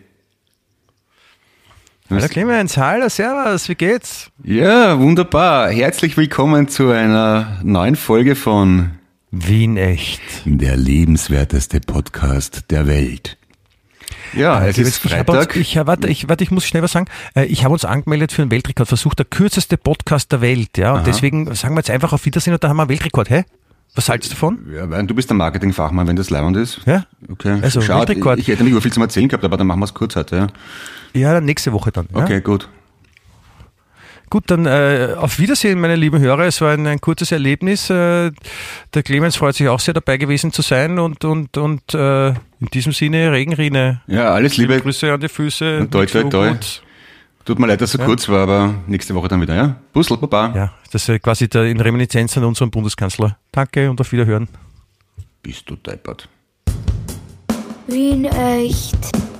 Hallo Clemens, hallo, servus, wie geht's? Ja, wunderbar. Herzlich willkommen zu einer neuen Folge von Wien echt. Der lebenswerteste Podcast der Welt. Ja, es Clemens, ist ich hab uns, Freitag. ich, warte, ich, warte, ich muss schnell was sagen. Äh, Ich habe uns angemeldet für einen Weltrekordversuch, der kürzeste Podcast der Welt. Ja, und Aha. deswegen sagen wir jetzt einfach auf Wiedersehen und da haben wir einen Weltrekord. Hä? Was haltst du davon? Ja, weil du bist der Marketingfachmann, wenn das leibend ist. Ja? Okay. Also, Schau, Weltrekord. ich hätte nicht über viel zum Erzählen gehabt, aber dann machen wir es kurz heute. Ja. Ja, dann nächste Woche dann. Ja? Okay, gut. Gut, dann äh, auf Wiedersehen, meine lieben Hörer. Es war ein, ein kurzes Erlebnis. Äh, der Clemens freut sich auch sehr dabei gewesen zu sein und, und, und äh, in diesem Sinne Regenrinne. Ja, alles Liebe. Grüße an die Füße. Und toi, toi, Nichts toi. U-Boot. Tut mir leid, dass es so Ja. kurz war, aber nächste Woche dann wieder, ja? Bussel, Baba. Ja, das ist quasi der, in Reminiszenz an unseren Bundeskanzler. Danke und auf Wiederhören. Bist du deppert. Wien echt.